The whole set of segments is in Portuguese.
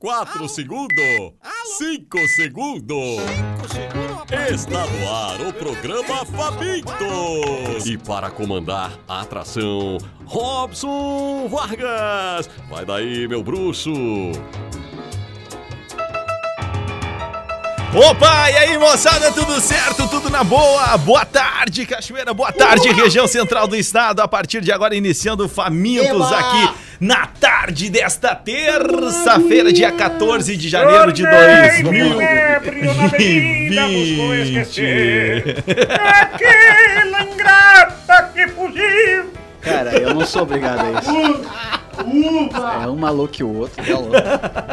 4 segundos. 5 segundos. Está no ar o programa Famintos. E para comandar a atração, Robson Vargas. Vai daí, meu bruxo. Opa, e aí, moçada, tudo certo? Tudo na boa? Boa tarde, Cachoeira, boa tarde, região central do estado. A partir de agora, iniciando Famintos aqui na tarde desta terça-feira, dia 14 de janeiro de 2020. Aquela ingrata que fugiu. Cara, eu não sou obrigado a isso. É um maluco e o outro, é louco.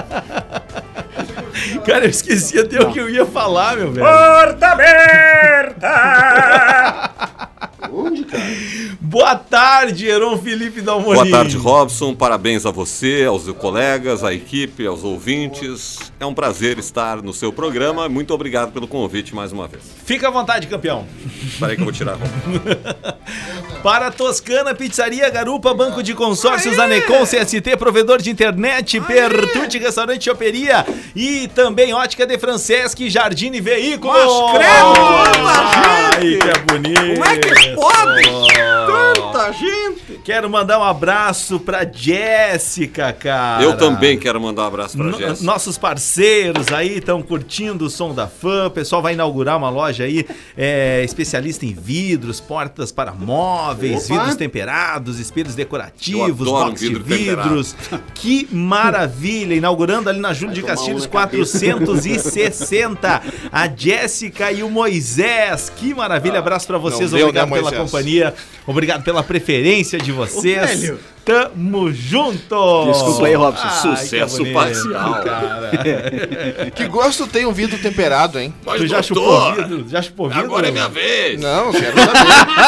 Cara, eu esqueci até o que eu ia falar, meu velho. Porta aberta. Onde, cara? Boa tarde, Heron Felipe Dalmolin. Boa tarde, Robson. Parabéns a você, aos colegas, à equipe, aos ouvintes. É um prazer estar no seu programa. Muito obrigado pelo convite mais uma vez. Fica à vontade, campeão. Espera aí que eu vou tirar a roupa. Para Toscana, Pizzaria Garupa, Banco de Consórcios, Anecom, CST, Provedor de Internet, Pertute, Restaurante Choperia e também Ótica de Franceschi, Jardine Veículos. Mas credo, tanta gente! Ai, que é bonito! Como é que pode? Tanta gente! Quero mandar um abraço pra Jéssica, cara. Eu também quero mandar um abraço pra Jéssica. Nossos parceiros aí estão curtindo o som da fã. O pessoal vai inaugurar uma loja aí especialista em vidros, portas para móveis, vidros temperados, espelhos decorativos, box de vidros. Que maravilha! Inaugurando ali na Júlio de Castilhos 460. A Jéssica e o Moisés. Que maravilha! Abraço pra vocês. Obrigado pela companhia. Obrigado pela preferência de vocês. Tamo junto! Desculpa aí, Robson. Sucesso parcial. Cara. Que gosto tem um vidro temperado, hein? Tu já chupou vidro? Já chupou vidro? Agora é minha vez. Não, eu quero saber.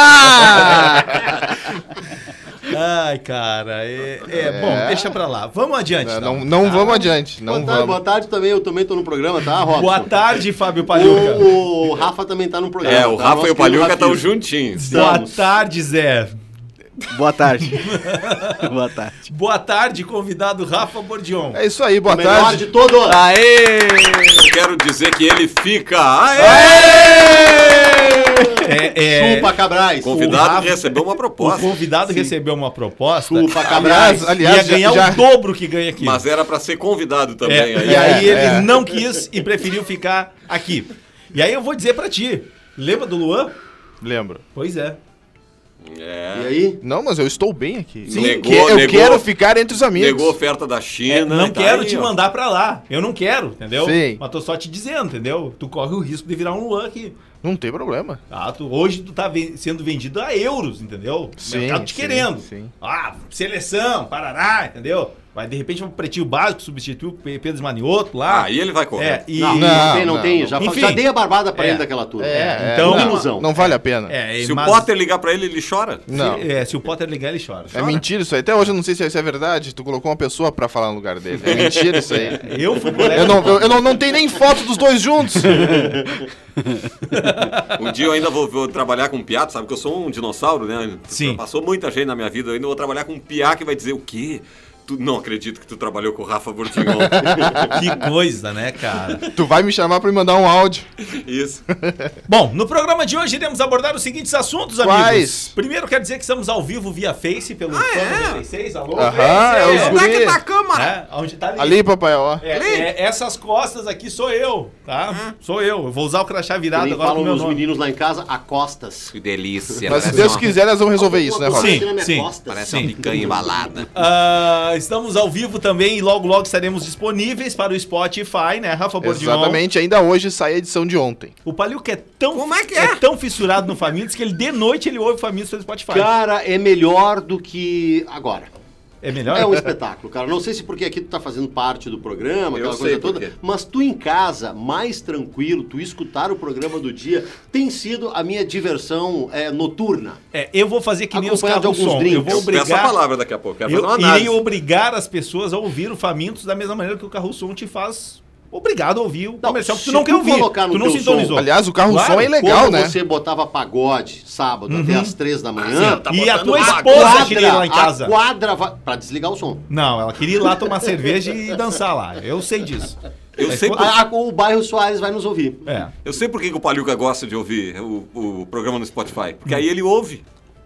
Ai, cara, bom, deixa pra lá. Vamos adiante. Não vamos adiante. Não vamos. Boa tarde também, eu também tô no programa, tá, Robson? Boa tarde, Fábio Palhuca. O Rafa também tá no programa. O tá? Rafa e o Palhuca estão juntinhos. Boa tarde, Zé. Boa tarde. Boa tarde. Boa tarde, convidado Rafa Bordion. É isso aí, boa O melhor tarde. de todos. Aê! Quero dizer que ele fica... Chupa, Cabrais. O convidado recebeu uma proposta. O convidado recebeu uma proposta. Chupa, Cabrais. Aliás, ia ganhar o dobro que ganha aqui. Mas era pra ser convidado também. E aí ele não quis e preferiu ficar aqui. E aí eu vou dizer pra ti, lembra do Luan? Lembro. Pois é. E aí? Não, mas eu estou bem aqui. Sim. Eu quero ficar entre os amigos. Negou a oferta da China. Não e tá quero aí, te ó. mandar pra lá. Eu não quero, entendeu? Sim. Mas tô só te dizendo, entendeu? Tu corre o risco de virar um Luan aqui. Não tem problema. Hoje tu tá sendo vendido a euros, entendeu? O mercado te querendo. Sim. Seleção, parará, entendeu? Vai, de repente, um pretinho básico, substitui o Pedro Manioto lá. Aí ele vai correr. Não tem. Já dei a barbada pra ele daquela turma. Então, ilusão. Não vale a pena. Se o Potter ligar pra ele, ele chora? Não. Se o Potter ligar, ele chora. É mentira isso aí. Até hoje eu não sei se isso é verdade. Tu colocou uma pessoa pra falar no lugar dele. É mentira isso aí. Eu fui colega. Eu não tenho nem foto dos dois juntos. Um dia eu ainda vou trabalhar com um piá, sabe que eu sou um dinossauro, né? Sim. Passou muita gente na minha vida, eu ainda vou trabalhar com um piá que vai dizer o quê? Não acredito que tu trabalhou com o Rafa Bordignon. Que coisa, né, cara? Tu vai me chamar pra me mandar um áudio. Isso. Bom, no programa de hoje iremos abordar os seguintes assuntos, amigos. Quais? Primeiro, quero dizer que estamos ao vivo via Face pelo Fã 96. Alô, Aham, Face. é os Onde é que guri. tá a câmara? Onde tá ali? Ali, papai, ó. Essas costas aqui sou eu, tá? Sou eu. Eu vou usar o crachá virado Nem agora com o falam meu os nome. meninos lá em casa, a costas. Que delícia. Mas se parece Deus uma- quiser, nós vamos resolver isso, né, Robson? Sim, Na minha sim. costas. Parece uma picanha embalada. Estamos ao vivo também e logo estaremos disponíveis para o Spotify, né, Rafa Bordignon? Exatamente, ainda hoje sai a edição de ontem. O Palhuca é tão, Como é que é? tão fissurado no Famintos que ele de noite ele ouve Famintos pelo Spotify. Cara, é melhor do que agora. É melhor? É um espetáculo, cara. Não sei se porque aqui tu tá fazendo parte do programa, Eu aquela sei coisa por toda, quê. mas tu em casa, mais tranquilo, tu escutar o programa do dia, tem sido a minha diversão noturna. Eu vou fazer que nem os Acompanhado carros de alguns som. drinks. Eu vou Eu peço a obrigar... palavra daqui a pouco. Quero fazer Eu uma irei análise. obrigar as pessoas a ouvir o Famintos da mesma maneira que o Carro Som te faz obrigado a ouvir o comercial que tu não quer ouvir. Tu não sintonizou. Aliás, o carro-som é legal, quando né? você botava pagode sábado até as 3 da manhã... E a tua esposa queria ir lá em casa. A quadra vai... Pra desligar o som. Não, ela queria ir lá tomar cerveja e dançar lá. Eu sei disso. Eu sei, O bairro Soares vai nos ouvir. eu sei por que o Paliuca gosta de ouvir o programa no Spotify. Porque aí ele ouve.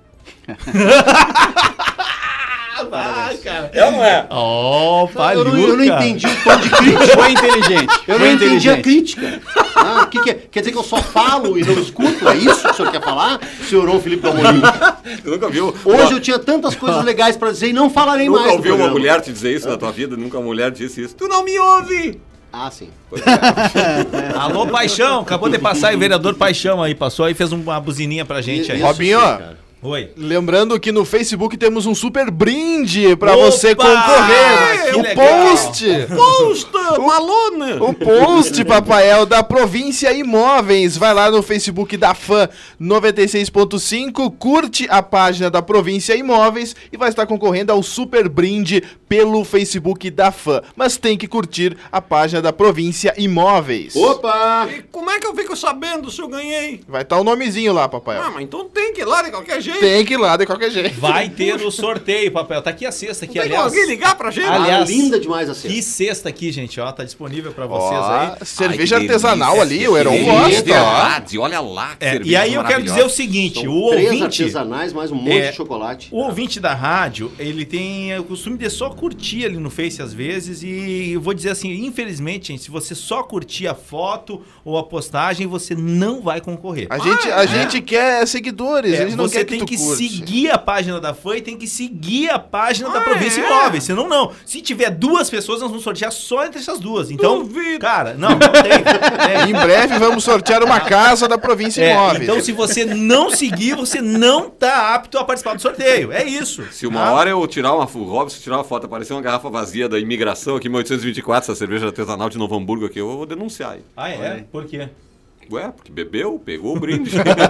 Cara. É ou não é? Oh, Eu não entendi o tom de crítica. Foi inteligente. Eu não entendi a crítica. Que é? Quer dizer que eu só falo e não escuto? É isso que o senhor quer falar, senhor Felipe Dalmolin? Tu nunca viu? Hoje eu tinha tantas coisas legais pra dizer e não falarei mais. Nunca ouviu uma mulher te dizer isso na tua vida? Nunca uma mulher disse isso. Tu não me ouve! Ah, sim. Alô, Paixão. Acabou de passar aí o vereador Paixão aí. Passou aí e fez uma buzininha pra gente aí. Robinho, Oi. lembrando que no Facebook temos um super brinde pra Opa! você concorrer. Que O legal. post. Posta, Malona! O post, papai, é o da Província Imóveis. Vai lá no Facebook da FAM 96.5, curte a página da Província Imóveis e vai estar concorrendo ao super brinde pelo Facebook da FAM. Mas tem que curtir a página da Província Imóveis. Opa! E como é que eu fico sabendo se eu ganhei? Vai estar o nomezinho lá, papai. Ah, mas então tem que ir lá de qualquer jeito. Tem que ir lá de qualquer jeito. Vai ter o sorteio, papel. Tá aqui a cesta aqui, Tem aliás. alguém ligar pra gente? Aliás, linda demais a cesta. Que cesta aqui, gente, ó. Tá disponível pra vocês Ó, aí. cerveja Ai, que artesanal delícia, ali, o Heron que gosta, ó. verdade, olha lá. que É, cerveja e aí eu quero dizer o maravilhosa. seguinte, São o 3 ouvinte... artesanais, mais um monte de chocolate. O ouvinte da rádio, ele tem o costume de só curtir ali no Face às vezes e eu vou dizer assim, infelizmente, gente, se você só curtir a foto ou a postagem, você não vai concorrer. A gente quer seguidores, a gente não você quer tem tu que curte. seguir a página da FAM e tem que seguir a página da Província Imóveis, senão não. Se tiver 2 pessoas, nós vamos sortear só entre essas 2. Então, cara, não tem. Em breve vamos sortear uma casa da Província Imóveis. Então, se você não seguir, você não tá apto a participar do sorteio. É isso. Se uma hora eu tirar o Robson tirar uma foto, aparecer uma garrafa vazia da imigração aqui em 1824, essa cerveja artesanal de Novo Hamburgo aqui, eu vou denunciar aí. Ah, é? Por quê? Ué, porque bebeu, pegou o brinde.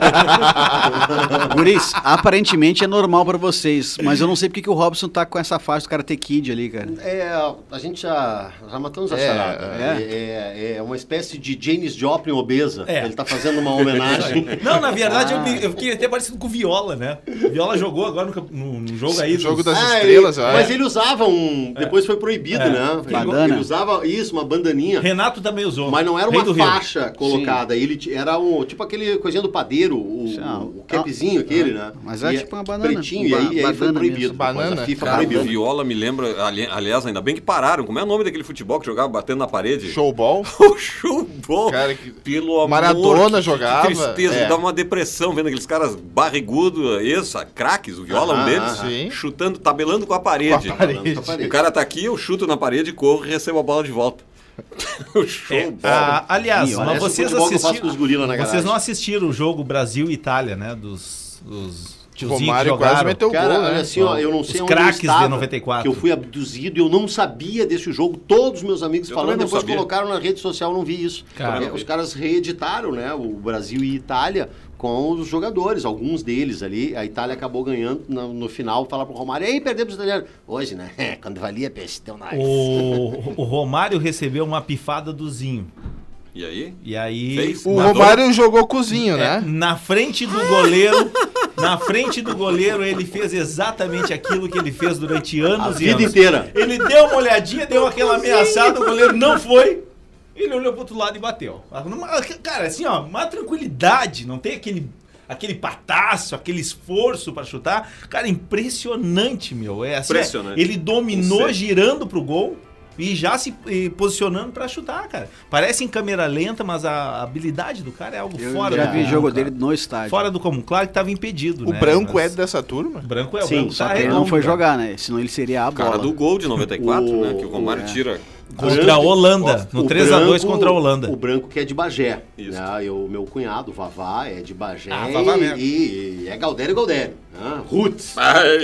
Guris, aparentemente é normal pra vocês, mas eu não sei porque que o Robson tá com essa faixa do Karate Kid ali, cara. A gente já matamos a charada. É uma espécie de Janis Joplin obesa. Ele tá fazendo uma homenagem. Não, na verdade, eu fiquei até parecido com o Viola, né? O Viola jogou agora no jogo aí. O jogo das estrelas, mas ele usava depois foi proibido, né? Bandana. Ele usava isso, uma bandaninha. Renato também usou. Mas não era Rei uma do Rio. faixa colocada. Ele era tipo aquele coisinha do padeiro, o capzinho aquele, né? Mas é E tipo uma banana. Pretinho, e aí foi proibido. mesmo. Banana? A FIFA Cara, proibiu. Viola me lembra, aliás, ainda bem que pararam. Como é o nome daquele futebol que jogava batendo na parede? Showball? O showball. Cara, que Pelo amor, Maradona que jogava. tristeza, É. dava uma depressão vendo aqueles caras barrigudos, craques, o Viola, um deles, Sim. chutando, tabelando com a parede. Com a parede. O cara tá aqui, eu chuto na parede, corro e recebo a bola de volta. O showball. Aliás, Ih, mas Parece o vocês futebol que eu faço assistiram. com os gorila na Vocês garagem. não assistiram o jogo Brasil e Itália, né? Dos tiozinhos que Romário quase jogaram. meteu Cara, gol, né? olha assim, ó, eu não sei Os onde eu craques de estava, 94. que eu fui abduzido e eu não sabia desse jogo. Todos os meus amigos Eu falando, também não depois sabia. colocaram na rede social, eu não vi isso. Cara, Os caras reeditaram, né, o Brasil e Itália com os jogadores, alguns deles ali. A Itália acabou ganhando no final, falar pro Romário, ei, perdemos os italianos. Hoje, né, quando valia peixe, deu nada. O Romário recebeu uma pifada do Zinho. E aí? E aí. Fez? O Romário jogou cozinho, né? Na frente do goleiro. Na frente do goleiro, ele fez exatamente aquilo que ele fez durante A anos e vida anos. inteira. Ele deu uma olhadinha, deu aquela ameaçada, o goleiro não foi. Ele olhou pro outro lado e bateu. Cara, assim, ó, uma tranquilidade, não tem aquele pataço, aquele esforço pra chutar. Cara, impressionante, meu. É assim, Impressionante. ele dominou Sério. girando pro gol e já se posicionando pra chutar, cara. Parece em câmera lenta, mas a habilidade do cara é algo Eu fora já do vi comum, jogo cara. dele no estádio. Fora do comum. Claro que tava impedido, O né? branco Mas- é dessa turma? O branco é o Sim, branco. Só tá que ele não redondo, foi cara. jogar, né? Senão ele seria a bola. Cara do gol de 94, O- né? Que o Romário tira. Contra a Holanda, no O 3x2 branco- contra a Holanda. O branco que é de Bagé. Isso. Né? O meu cunhado, Vavá, é de Bagé. Ah, Vavá mesmo. E é Galdério. Né? Roots. Ai,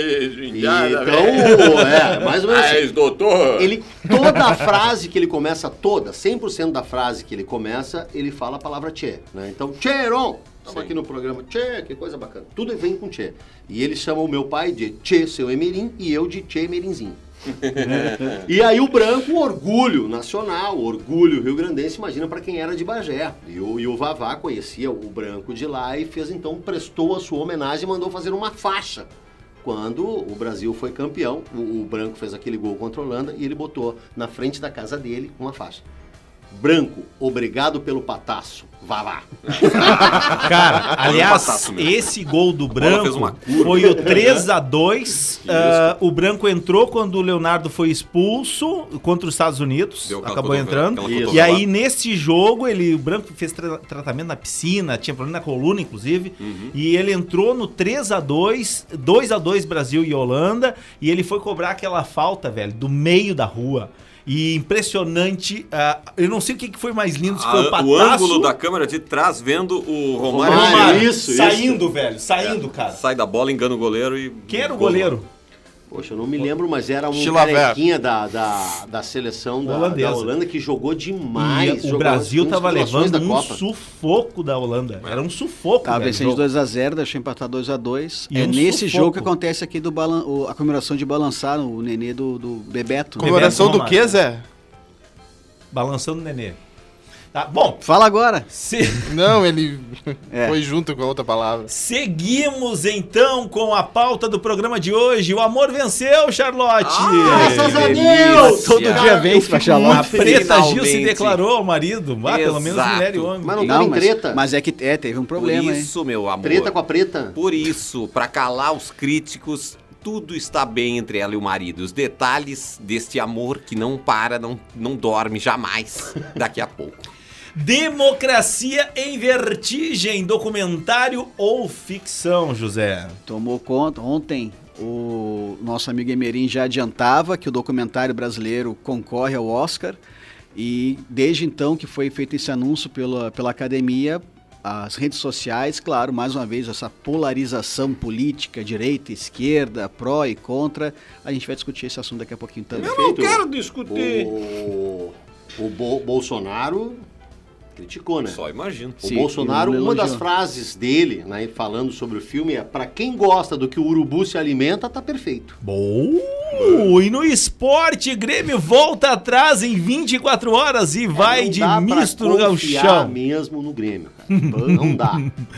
Então, mais ou menos assim. doutor. Toda a frase que ele começa, 100% da frase que ele começa, ele fala a palavra tchê, né? Então, tchêron, estamos aqui no programa, tchê, que coisa bacana. Tudo vem com tchê. E ele chama o meu pai de tchê, seu Emerim, e eu de tchê, Emerinzinho. E aí o branco, orgulho nacional, orgulho rio-grandense, imagina para quem era de Bagé. E o Vavá conhecia o branco de lá e prestou a sua homenagem e mandou fazer uma faixa. Quando o Brasil foi campeão, o branco fez aquele gol contra a Holanda e ele botou na frente da casa dele uma faixa. Branco, obrigado pelo pataço. Vavá. Cara, aliás, esse gol do branco foi o 3-2. O branco entrou quando o Leonardo foi expulso contra os Estados Unidos. Acabou entrando. E aí, nesse jogo, o branco fez tratamento na piscina, tinha problema na coluna, inclusive. E ele entrou no 3-2, 2-2 Brasil e Holanda. E ele foi cobrar aquela falta, velho, do meio da rua. E impressionante, eu não sei o que foi mais lindo, se foi o pataço... O ângulo da câmera de trás vendo o Romário. Isso. Velho, saindo, cara. Sai da bola, engana o goleiro e... Quem era o goleiro? Poxa, eu não me lembro, mas era um carequinha da seleção da Holanda que jogou demais. E o Brasil tava levando sufoco da Holanda. Era um sufoco. Tava vencendo 2-0, deixou empatar 2-2. É nesse jogo que acontece aqui a comemoração de balançar o nenê do Bebeto. Comemoração do quê, Zé? Balançando o nenê. Tá, bom. Fala agora. Não, ele foi junto com a outra palavra. Seguimos então com a pauta do programa de hoje. O amor venceu, Charlotte. Graças a Deus! Todo dia vence pra Charlotte. A Preta Gil se declarou ao marido. Pelo menos mulher e homem. Mas não tava em treta. Mas é que teve um problema. Por isso, meu amor. Treta com a Preta? Por isso, pra calar os críticos... Tudo está bem entre ela e o marido. Os detalhes deste amor que não para, não dorme jamais daqui a pouco. Democracia em Vertigem, documentário ou ficção, José? Tomou conta. Ontem o nosso amigo Emerim já adiantava que o documentário brasileiro concorre ao Oscar. E desde então que foi feito esse anúncio pela academia, as redes sociais, claro, mais uma vez, essa polarização política, direita, esquerda, pró e contra. A gente vai discutir esse assunto daqui a pouquinho também. Eu não quero discutir. O Bolsonaro criticou, né? Só imagino. O Bolsonaro, uma das frases dele, né, falando sobre o filme é: pra quem gosta do que o urubu se alimenta, tá perfeito. Bom! E no esporte, Grêmio volta atrás em 24 horas e vai de misto no gauchão. Mesmo no Grêmio, cara. Não dá.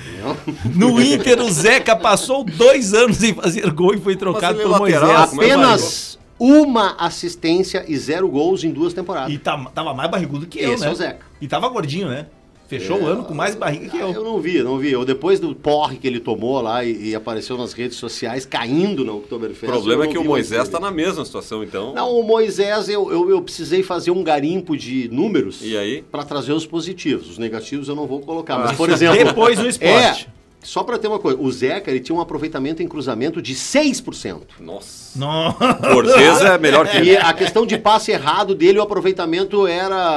No Inter, o Zeca passou 2 anos sem fazer gol e foi trocado pelo Moisés. Apenas uma assistência e 0 gols em 2 temporadas. E tava mais barrigudo que eu, né? Esse é o Zeca. E tava gordinho, né? Fechou o ano com mais barriga que eu. Eu não vi. Eu, depois do porre que ele tomou lá e apareceu nas redes sociais, caindo na Oktoberfest. O problema é que o Moisés tá na mesma situação, então. Não, o Moisés, eu precisei fazer um garimpo de números. E aí? Pra trazer os positivos. Os negativos eu não vou colocar. Mas, por exemplo... Depois no esporte. Só pra ter uma coisa, o Zeca, ele tinha um aproveitamento em cruzamento de 6%. Nossa. Cortez é melhor que ele. E a questão de passe errado dele, o aproveitamento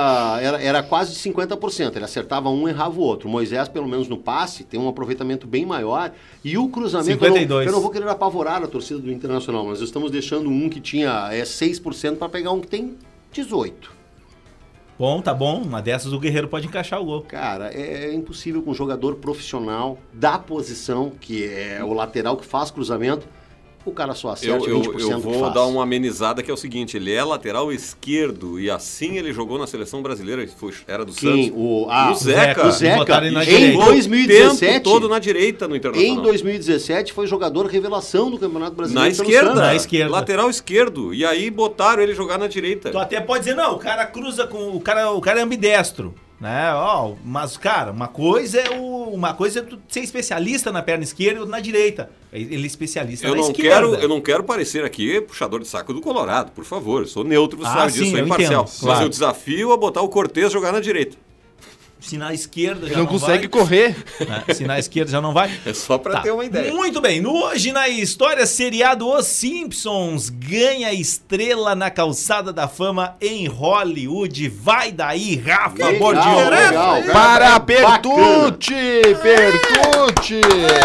era quase 50%. Ele acertava um e errava o outro. O Moisés, pelo menos no passe, tem um aproveitamento bem maior. E o cruzamento... 52. Eu não vou querer apavorar a torcida do Internacional, mas estamos deixando um que tinha 6% para pegar um que tem 18%. Bom, tá bom. Uma dessas o Guerreiro pode encaixar o gol. Cara, é impossível com um jogador profissional da posição, que é o lateral que faz cruzamento, o cara só acerta 20% do que faz. Eu vou dar uma amenizada que é o seguinte, ele é lateral esquerdo e assim ele jogou na seleção brasileira, era do Santos. O Zeca. Em 2017, tempo todo na direita no Internacional. Em 2017 foi jogador revelação do Campeonato Brasileiro. Na esquerda. Lateral esquerdo. E aí botaram ele jogar na direita. Tu até pode dizer, não, o cara cruza com... O cara é ambidestro. Né? Mas, cara, uma coisa é tu ser especialista na perna esquerda e outra na direita. Ele é especialista na esquerda. Eu não quero parecer aqui puxador de saco do Colorado, por favor. Eu sou neutro, você sabe disso, sim, sou imparcial. Entendo, claro. Mas eu desafio a botar o Cortez jogar na direita. Se na esquerda já não consegue correr. Se na esquerda já não vai. É só pra ter uma ideia. Muito bem. No Hoje na História, seriado Os Simpsons ganha estrela na calçada da fama em Hollywood. Vai daí, Rafa Bordier. Para Pertucci! Pertucci!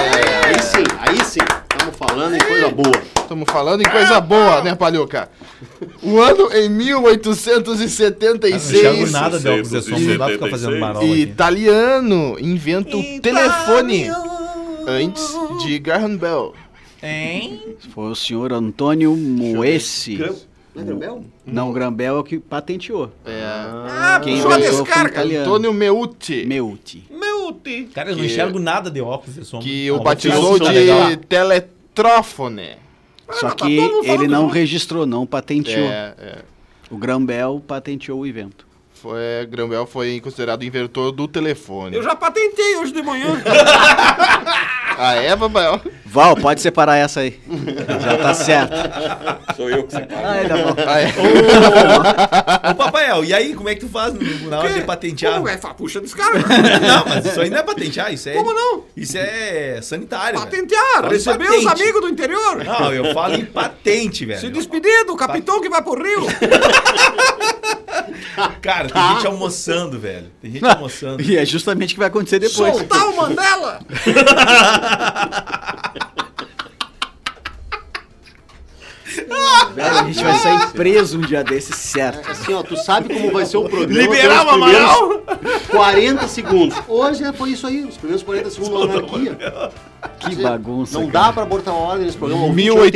Aí sim. Estamos falando em coisa boa. Estamos falando em coisa boa, né, Palhoca? O ano em 1876. Não enxergo nada, Del, não dá pra ficar fazendo marola aqui. Italiano inventa o telefone antes de Graham Bell. Hein? Foi o senhor Antônio Moessi. Não é Grambel? Não, o Grambel é o que patenteou. Quem puxou a inventou foi um descarga. italiano. Antônio Meucci, Meucci. Meucci. Cara, eu não enxergo nada de óculos de sombra. que o Não, batizou vou tirar essa de teletrófone. Só tá que todo mundo falando ele não junto. registrou, não patenteou. É. O Grambel patenteou o evento. Grambel foi considerado inventor do telefone. Eu já patentei hoje de manhã. Ah, é, Babel? Val, pode separar essa aí. Já tá certo. Sou eu que separo. Ah, tá bom. Ah, é. Ô, Papael, e aí, como é que tu faz na hora de patentear? Como é? Puxa descarga. Não, mas isso aí não é patentear, isso é... Como não? Isso é sanitário, velho. Patentear. Fala em Receber patente. os amigos do interior. Não, eu falo em patente, velho. Se despedir do capitão que vai pro Rio. Cara, tem gente almoçando, velho. Tem gente almoçando. E é justamente o que vai acontecer depois. Soltar o Mandela. Velho, a gente vai sair preso um dia desses, certo. Assim, ó, tu sabe como vai ser o programa. Liberar pelos o Amaral? primeiros 40 segundos. Hoje foi isso aí, os primeiros 40 segundos da anarquia. Que bagunça. Não cara. dá pra botar ordem nesse programa. ouvinte atento.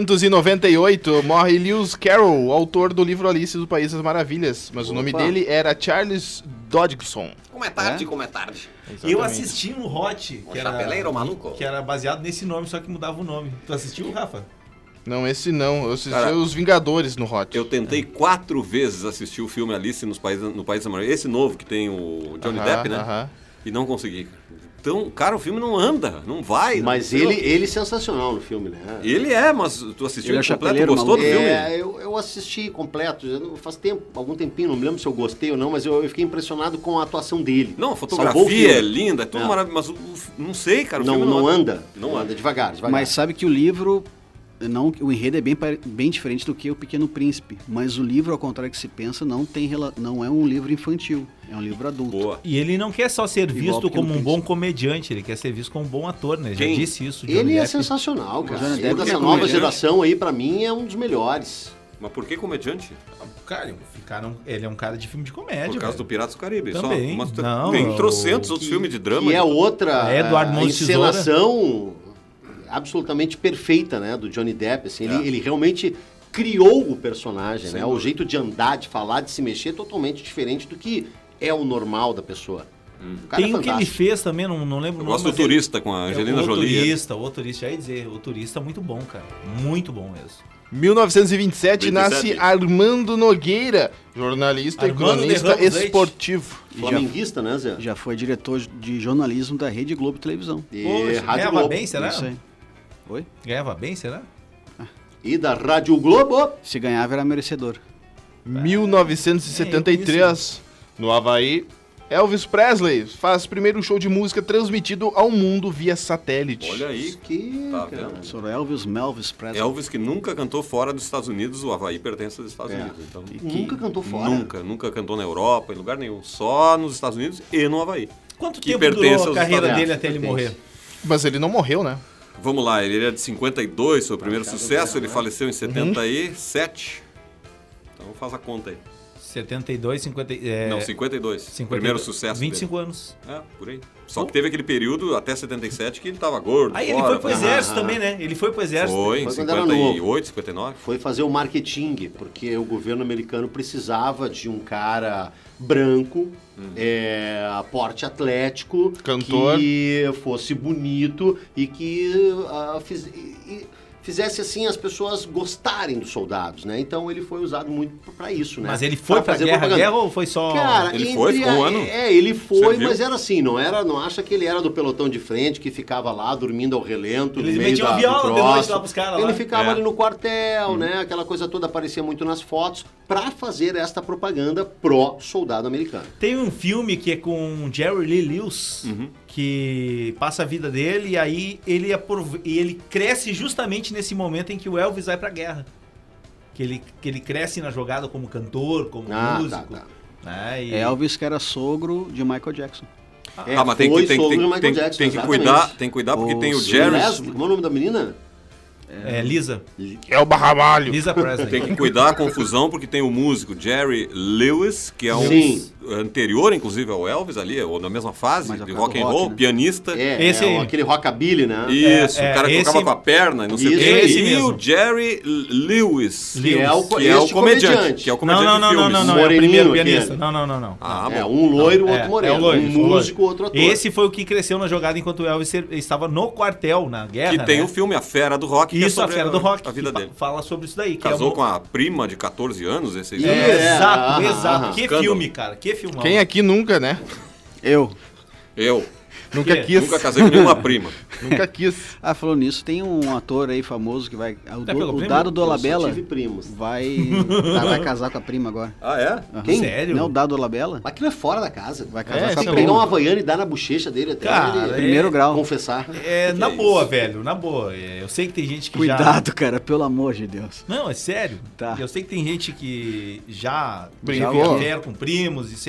1898 morre Lewis Carroll, autor do livro Alice do País das Maravilhas, mas o nome Opa. dele era Charles Dodgson. Como é tarde, como é tarde. Eu assisti um Hot, que chapeleiro maluco. que era baseado nesse nome, só que mudava o nome. Tu assistiu, Rafa? Não, esse não. Eu assisti Cara, Os Vingadores no Hot. Eu tentei 4 vezes assistir o filme Alice no País da Maravilha. Esse novo que tem o Johnny Depp, né? Aham. E não consegui. Então, cara, o filme não anda, não vai. Mas não- ele sensacional no filme, né? Ele é, mas tu assistiu Ele é ele completo, chapeleiro, gostou do filme? Eu assisti completo, faz tempo, algum tempinho, não me lembro se eu gostei ou não, mas eu fiquei impressionado com a atuação dele. Não, a Salvou o fotografia é filme. linda, é tudo Não. maravilhoso, mas não sei, cara, o Não, filme não anda. Não anda. Devagar. Mas sabe que o livro, o enredo é bem diferente do que O Pequeno Príncipe. Mas o livro, ao contrário que se pensa, não é um livro infantil. É um livro adulto. Boa. E ele não quer só ser Igual visto Pequeno como um Príncipe. bom comediante, ele quer ser visto como um bom ator, né? Ele Quem? já disse isso. Johnny Ele é Depp. sensacional, cara. Johnny Ele Depp dessa é nova comediante. geração aí, pra mim, é um dos melhores. Mas por que comediante? Cara, ele é um cara de filme de comédia. Por causa velho. do Piratas do Caribe. Também. Só. Mas Não, tem o- trocentos outros filmes de drama. E é outra Eduardo Mão de Tesoura. encenação absolutamente perfeita, né, do Johnny Depp. Assim, É. ele realmente criou o personagem, Sem né? O dúvida. jeito de andar, de falar, de se mexer é totalmente diferente do que é o normal da pessoa. O cara Tem é um que ele fantástico. fez também, não lembro Eu o nome. gosto do mas ele- Turista com a Angelina o Jolie. O Turista, já ia dizer, o Turista é muito bom, cara. Muito bom mesmo. 1927 nasce 27. Armando Nogueira, jornalista Armando e de cronista Ramos Leite. esportivo. Flamenguista, né, Zé? Já foi diretor de jornalismo da Rede Globo Televisão. E Poxa, Rádio ganhava Globo. bem, será? Isso aí. Oi? Ganhava bem, será? E da Rádio Globo. Se ganhava era merecedor. 1973, no Havaí, Elvis Presley faz primeiro show de música transmitido ao mundo via satélite. Olha aí. Que, Tá cara. vendo? Sr. Melvis Presley. Elvis que nunca cantou fora dos Estados Unidos, o Havaí pertence aos Estados É. Unidos. Então, Nunca cantou fora. nunca cantou na Europa, em lugar nenhum. Só nos Estados Unidos e no Havaí. Quanto Que tempo pertence durou a aos carreira Estados dele Unidos. até ele Pertence. morrer? Mas ele não morreu, né? Vamos lá, ele era de 52, foi o primeiro sucesso, ele faleceu em 77. Então faz a conta aí. 72, 50... Não, 52. Primeiro sucesso 25 dele. anos. É, por aí. Só que teve aquele período, até 77, que ele tava gordo. Aí ele fora, foi pro fazia- exército também, né? Ele foi pro exército. Foi, em Foi quando era 58, 59. Foi fazer o marketing, porque o governo americano precisava de um cara branco, porte atlético, Cantor. que fosse bonito e que fizesse assim as pessoas gostarem dos soldados, né? Então ele foi usado muito pra isso, né? Mas ele foi pra fazer guerra, propaganda. guerra ou foi só... Cara, Ele foi, ficou um ano. Ele foi, Serviu. mas era assim, não acha que ele era do pelotão de frente, que ficava lá dormindo ao relento, Eles no meio metiam da, um viola do de noite troço. lá pros caras Ele lá. ficava É. ali no quartel, né? Aquela coisa toda aparecia muito nas fotos, pra fazer esta propaganda pró-soldado americano. Tem um filme que é com Jerry Lee Lewis, que passa a vida dele e aí ele cresce justamente nesse momento em que o Elvis vai pra guerra. Que ele cresce na jogada como cantor, como músico. Tá. Né? E- Elvis, que era sogro de Michael Jackson. Mas tem foi que sogro do Michael Jackson, tem que exatamente. cuidar, porque tem o Jerry. Leslie, como é o nome da menina? Lisa. É o Barramalho. Lisa Presley. Tem que cuidar a confusão, porque tem o músico Jerry Lewis, que é um Sim. anterior, inclusive, ao Elvis ali, ou na mesma fase Mas de é rock and rock, roll, né? pianista. Esse aí. Aquele rockabilly, né? Isso, o cara que esse- tocava com a perna e não sei o Isso, quê. esse E mesmo. o Jerry Lewis, Que é o, que é o este comediante. Que é o Não, comediante não, de não, não, filmes. não, não, é o Moreninho, primeiro aquele. pianista. Não. Ah, É, bom. um loiro, outro moreno. É o loiro, um o loiro. músico, outro ator. Esse foi o que cresceu na jogada enquanto o Elvis estava no quartel, na guerra. Que tem né? o filme A Fera do Rock, que é Isso, a sobre Fera do Rock. a vida que dele. Fala sobre isso daí. Que Casou é com a prima de 14 anos, esse aí. Exato, É, exato. aham. Que Escândalo. filme, cara. Que filmão. Quem aqui nunca, né? Eu. Eu Nunca Que? quis. nunca casei com nenhuma prima. Nunca quis. Ah, falando nisso, tem um ator aí famoso que vai... pegou O primo? Dado do Eu só Olabella tive primos. vai casar com a prima agora. Ah, é? Aham. Quem? Sério? Não, o Dado Olabella Aquilo é fora da casa. vai casar É, com a Tem que sim. pegar prima. uma havaiana e dar na bochecha dele até Cara, ele Primeiro grau. confessar. Na Que boa, isso? velho, na boa. Eu sei que tem gente que já... Cuidado, cara, pelo amor de Deus. Não, é sério. Tá. Eu sei que tem gente que já Brincou. teve com primos, isso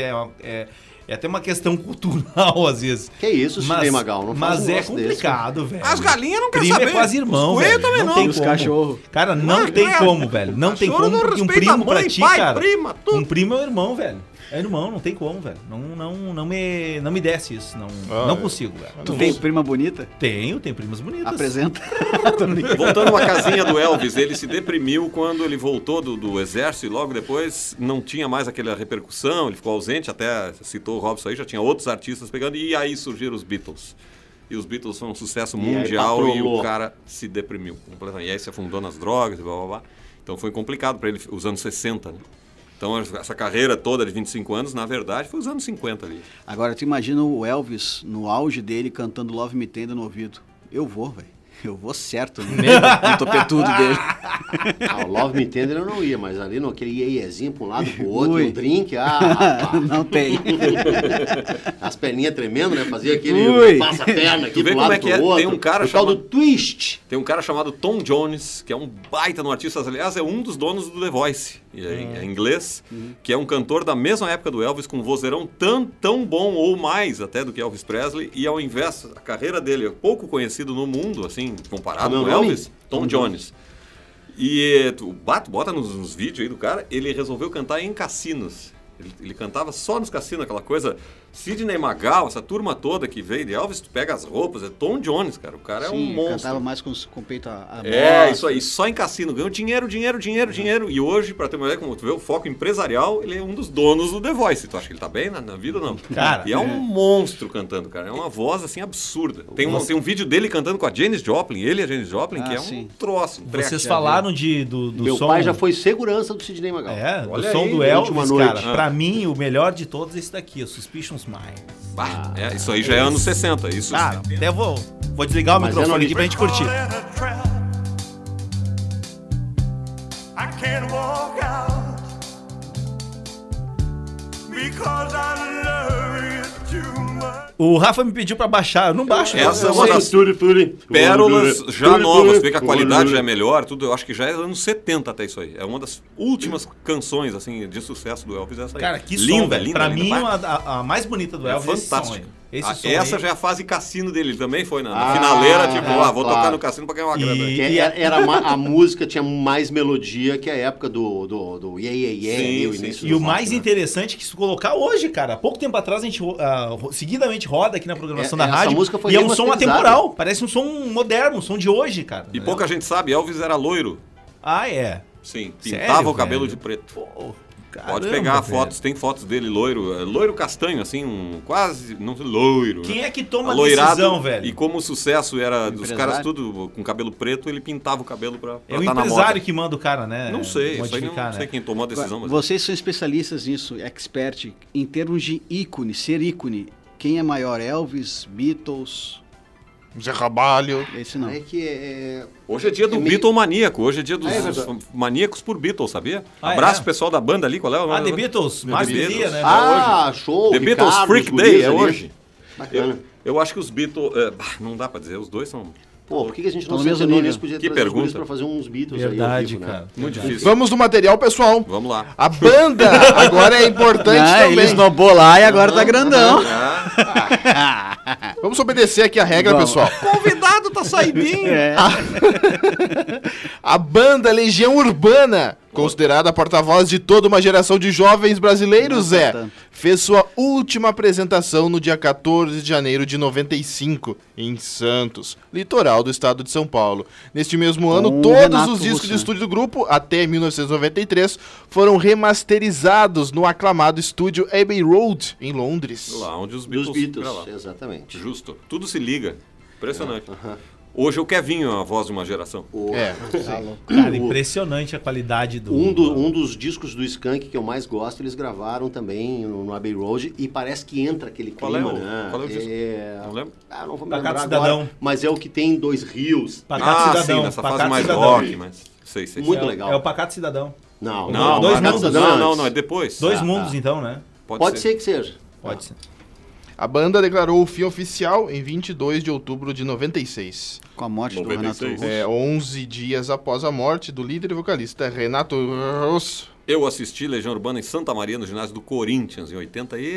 é até uma questão cultural, às vezes. Que isso, Sidney Magal? Não faz mas um é negócio desse, complicado, velho. As galinhas não querem Primo saber. é quase irmão, Os coelhos velho. também não. tem Os como. cachorros. Cara, não Mas, tem é, como, velho. Não tem cachorro como, não porque um respeita primo pra mãe, ti, pai, cara. prima, tudo. Um primo é um irmão, velho. É irmão, não tem como, velho. Não me desce isso. Não consigo, velho. Tu tem prima bonita? Tenho primas bonitas. Apresenta. Voltando uma casinha do Elvis, ele se deprimiu quando ele voltou do exército e logo depois não tinha mais aquela repercussão, ele ficou ausente, até citou o Robson aí, já tinha outros artistas pegando, e aí surgiram os Beatles. E os Beatles foram um sucesso E aí mundial e patrolou. o cara se deprimiu completamente. E aí se afundou nas drogas e blá blá blá. Então foi complicado para ele, os anos 60, né? Então essa carreira toda de 25 anos, na verdade, foi os anos 50 ali. Agora, tu imagina o Elvis no auge dele cantando Love Me Tender no ouvido. Eu vou, velho. Eu vou certo, né? No topetudo dele. Ah, o Love Me Tender eu não ia, mas ali no aquele ieiezinho pra um lado pro outro, Ui. um drink, rapaz. Não tem. As perninhas tremendo, né? Fazia aquele Ui. passa-perna aqui Tu vê pro como lado é que pro é? outro. Tem um cara o tal do chamado- twist. Tem um cara chamado Tom Jones, que é um baita no artista, aliás, é um dos donos do The Voice, e é inglês, que é um cantor da mesma época do Elvis, com um vozeirão tão bom ou mais até do que Elvis Presley, e ao invés, a carreira dele é pouco conhecido no mundo, assim, comparado Como é com o nome? Elvis, Tom Jones. E tu bota nos vídeos aí do cara, ele resolveu cantar em cassinos. Ele cantava só nos cassinos, aquela coisa. Sidney Magal, essa turma toda que veio de Elvis, tu pega as roupas, é Tom Jones, cara. O cara é um Sim, monstro. cantava mais com o peito a É, mostra. isso aí, só em cassino, ganhou dinheiro. E hoje, pra ter uma ideia, como tu vê, o foco empresarial, ele é um dos donos do The Voice. Tu acha que ele tá bem na vida ou não? Cara, e é um monstro cantando, cara. É uma voz, assim, absurda. Tem um vídeo dele cantando com a Janis Joplin, ele e a Janis Joplin, Ah, que é sim. um troço, um treco. Vocês falaram do Meu som... pai já foi segurança do Sidney Magal. É, Olha do som aí, do na Elvis, última noite. cara. Pra mim, o melhor de todos é esse daqui, o Suspicions Mind. Bah, isso aí já é anos 60. Isso Cara, até vou desligar o Mas microfone é aqui pra gente curtir. I can't walk out because I love you too much. O Rafa me pediu pra baixar, eu não baixo. Essa é eu uma sei. das pérolas já novas. Vê que a qualidade já é melhor, tudo. Eu acho que já é anos 70 até isso aí. É uma das últimas canções, assim, de sucesso do Elvis. Essa aí. Cara, que som, linda, velho. linda, Pra linda. mim, Bah, a mais bonita do é Elvis é esse som fantástico. aí. Esse som Essa aí. já é a fase cassino dele. Ele também foi na Ah, finaleira, tipo, vou claro. tocar no cassino pra ganhar uma grana. E- Que a música tinha mais melodia que a época do Yeah, Yeah, Yeah, Sim, ali, o sim, início sim. E do o rock, mais né? interessante é que se colocar hoje, cara, há pouco tempo atrás a gente seguidamente roda aqui na programação da Essa rádio música foi e é um som remasterizada. atemporal, parece um som moderno, um som de hoje, cara. E pouca gente sabe, Elvis era loiro. Ah, é. Sim, Sério, pintava o cabelo velho? de preto. Pô, Pode caramba, pegar velho. fotos, tem fotos dele loiro castanho, assim, quase, não loiro. Quem né? é que toma a Aloirado, decisão, velho? E como o sucesso era dos Empresário? caras tudo com cabelo preto, ele pintava o cabelo pra É o tá na empresário moda. que manda o cara, né? Não sei, isso aí não modificar, sei né? quem tomou a decisão, mas... Vocês são especialistas nisso, expert, em termos de ícone, ser ícone. Quem é maior, Elvis, Beatles? Zé Rabalho. Esse não. É que Hoje é dia do É meio- Beatle maníaco, hoje é dia dos É verdade. maníacos por Beatles, sabia? Ah, Abraço é? pro pessoal da banda ali, qual é o nome? Ah, The Beatles, The mais Beatles. dia, né? Ah, show, The Beatles Ricardo, Freak os Day guris é ali. hoje. Bacana. Eu acho que os Beatles... não dá pra dizer, os dois são... Pô, por que a gente não Tô no mesmo selecionou nível. isso? Podia Que trazer os guris pergunta. pra fazer uns Beatles aí ao Verdade, vivo, né? cara. Muito difícil. Vamos no material, pessoal. Vamos lá. A banda agora é importante Ah, ele também. esnobou lá e agora tá grandão. Ah, Vamos obedecer aqui a regra, Vamos. pessoal. Convidado tá uma saidinha. A banda Legião Urbana, considerada a porta-voz de toda uma geração de jovens brasileiros, Não tanto. fez sua última apresentação no dia 14 de janeiro de 95, em Santos, litoral do estado de São Paulo. Neste mesmo ano, Com todos Renato os discos Russo, de né? estúdio do grupo, até 1993, foram remasterizados no aclamado estúdio Abbey Road, em Londres. Lá onde os Dos Beatles... Beatles, pra lá. exatamente. Justo. Tudo se liga. Impressionante. Hoje o Kevinho é a voz de uma geração. É. Cara, impressionante a qualidade do... Um dos discos do Skank que eu mais gosto, eles gravaram também no Abbey Road e parece que entra aquele Qual é clima, o- né? qual é o disco? Não lembro. Não vou me Pacato lembrar Cidadão. agora, mas é o que tem Dois Rios. Pacato Cidadão. sim, nessa fase Pacato mais Cidadão. rock, mas... Sei. Muito É o- legal. É o Pacato Cidadão. Não, Não, Dois Pacato Mundos. Cidadão, Não, não, é depois. Dois mundos, então, né? Pode ser que seja. Pode ser. A banda declarou o fim oficial em 22 de outubro de 96. Com a morte do 96. Renato Russo. 11 dias após a morte do líder e vocalista Renato Russo. Eu assisti Legião Urbana em Santa Maria, no ginásio do Corinthians, em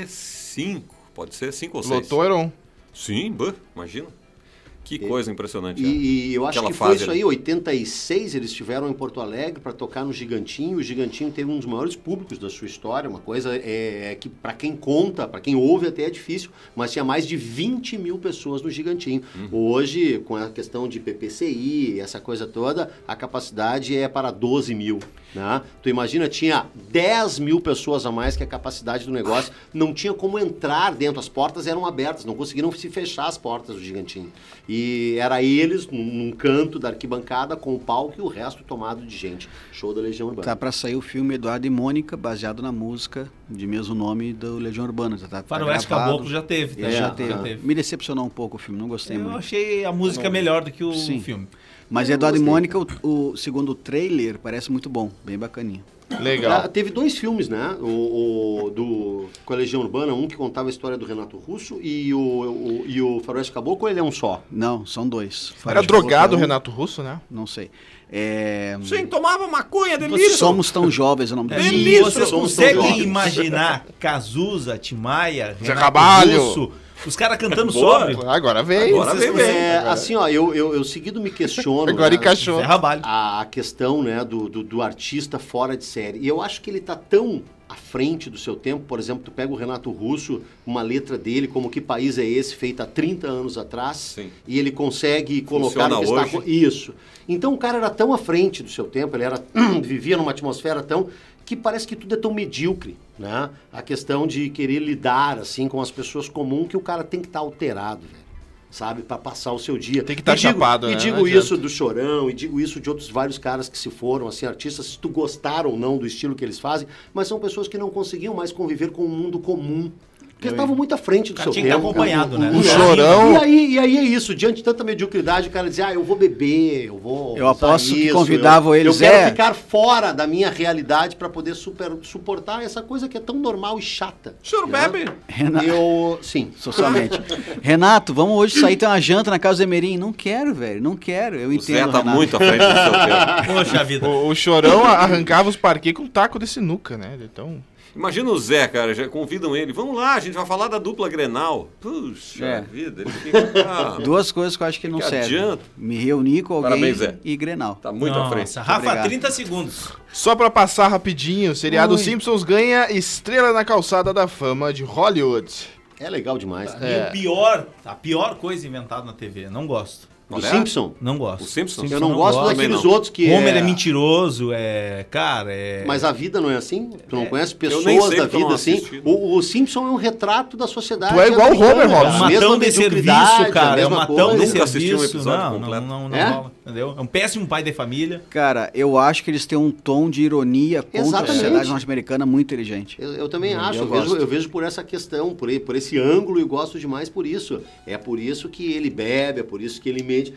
85. Pode ser 5 ou 6. Lotou Heron. Sim, imagina. Que coisa impressionante. E eu acho Aquela que foi fase isso ali. aí, 86, eles estiveram em Porto Alegre para tocar no Gigantinho. O Gigantinho teve um dos maiores públicos da sua história, uma coisa que para quem conta, para quem ouve até é difícil, mas tinha mais de 20 mil pessoas no Gigantinho. Hoje, com a questão de PPCI, essa coisa toda, a capacidade é para 12 mil. Né? Tu imagina, tinha 10 mil pessoas a mais que a capacidade do negócio, não tinha como entrar dentro, as portas eram abertas, não conseguiram se fechar as portas do Gigantinho. E era eles num canto da arquibancada com o palco e o resto tomado de gente. Show da Legião Urbana. Tá pra sair o filme Eduardo e Mônica, baseado na música de mesmo nome do Legião Urbana. Tá Faroeste gravado. Caboclo já teve. Tá? Já Já teve. Me decepcionou um pouco o filme, não gostei Eu muito. achei a música melhor do que o Sim. filme. Mas Eu Eduardo e gostei. Mônica, segundo o trailer, parece muito bom, bem bacaninha. Legal. Teve dois filmes, né? Com a Legião Urbana, um que contava a história do Renato Russo e o Faroeste Caboclo, ele é um só. Não, são dois. Era Faroeste drogado o Caboclo é um, Renato Russo, né? Não sei. Sim, tomava maconha, delícia. Somos tão jovens, o nome do filme. Delícia. Vocês somos tão conseguem jovens. imaginar Cazuza, Timaya, Zé Renato Cabalho. Russo, os caras cantando Boa. sobre? Agora veio. Agora vem bem. Assim, ó, eu seguido me questiono. Agora né, encaixou. Zé Rabalho. a questão, né, do artista fora de série. E eu acho que ele tá tão à frente do seu tempo. Por exemplo, tu pega o Renato Russo, uma letra dele, como Que País é Esse, feita há 30 anos atrás, Sim. e ele consegue colocar Funciona no que está... hoje. Isso. Então o cara era tão à frente do seu tempo, ele era vivia numa atmosfera tão... que parece que tudo é tão medíocre, né? A questão de querer lidar, assim, com as pessoas comuns, que o cara tem que estar alterado, velho. Sabe? Pra passar o seu dia. Tem que tá E digo- chapado, E né? Não digo adianta. isso do Chorão, e digo isso de outros vários caras que se foram, assim, artistas, se tu gostaram ou não do estilo que eles fazem, mas são pessoas que não conseguiam mais conviver com o mundo comum. Porque estavam muito à frente do O seu cara tinha que estar tempo. acompanhado, né? O Chorão. E aí é isso, diante de tanta mediocridade, o cara dizia, eu vou beber, eu vou. Eu usar aposto que isso, convidavam eles, Eu quero ficar fora da minha realidade para poder suportar essa coisa que é tão normal e chata. O senhor né? bebe? Sim. Socialmente. Renato, vamos hoje sair ter uma janta na casa do Emerim? Não quero, velho, não quero. Eu O entendo, Zé tá Renato. muito à frente do seu tempo. Poxa vida. O Chorão arrancava os parquês com um taco de sinuca, né? Então, Imagina o Zé, cara, já convidam ele. Vamos lá, a gente vai falar da dupla Grenal. Puxa É. vida, ele fica... Ah, Duas coisas que eu acho que não Que servem. adianta. Me reunir com alguém Parabéns, Zé. e Grenal. tá muito à frente. Nossa, Rafa, Obrigado. 30 segundos. só pra passar rapidinho, o seriado Ui. Simpsons ganha estrela na calçada da fama de Hollywood. É legal demais. E a pior coisa inventada na TV. Não gosto. Do Olha. Simpson? Não gosto. O Simpsons? Eu não gosto Também daqueles não. outros que. Homer é mentiroso, cara, Mas a vida não é assim? Tu não conhece nem pessoas sei da porque eu vida não assim? assisti. O Simpson é um retrato da sociedade. Tu é igual o Homer, americana, Robson. a É um mesma matão de mediocridade, serviço, a cara. É um mesma matão coisa. de Nunca assisti um serviço. episódio Não completo. não É? rola. Entendeu? É um péssimo pai de família. Cara, eu acho que eles têm um tom de ironia contra a Exatamente. sociedade norte-americana muito inteligente. Eu também acho, eu gosto. eu vejo por essa questão, por esse ângulo e gosto demais por isso. É por isso que ele bebe, é por isso que ele mente.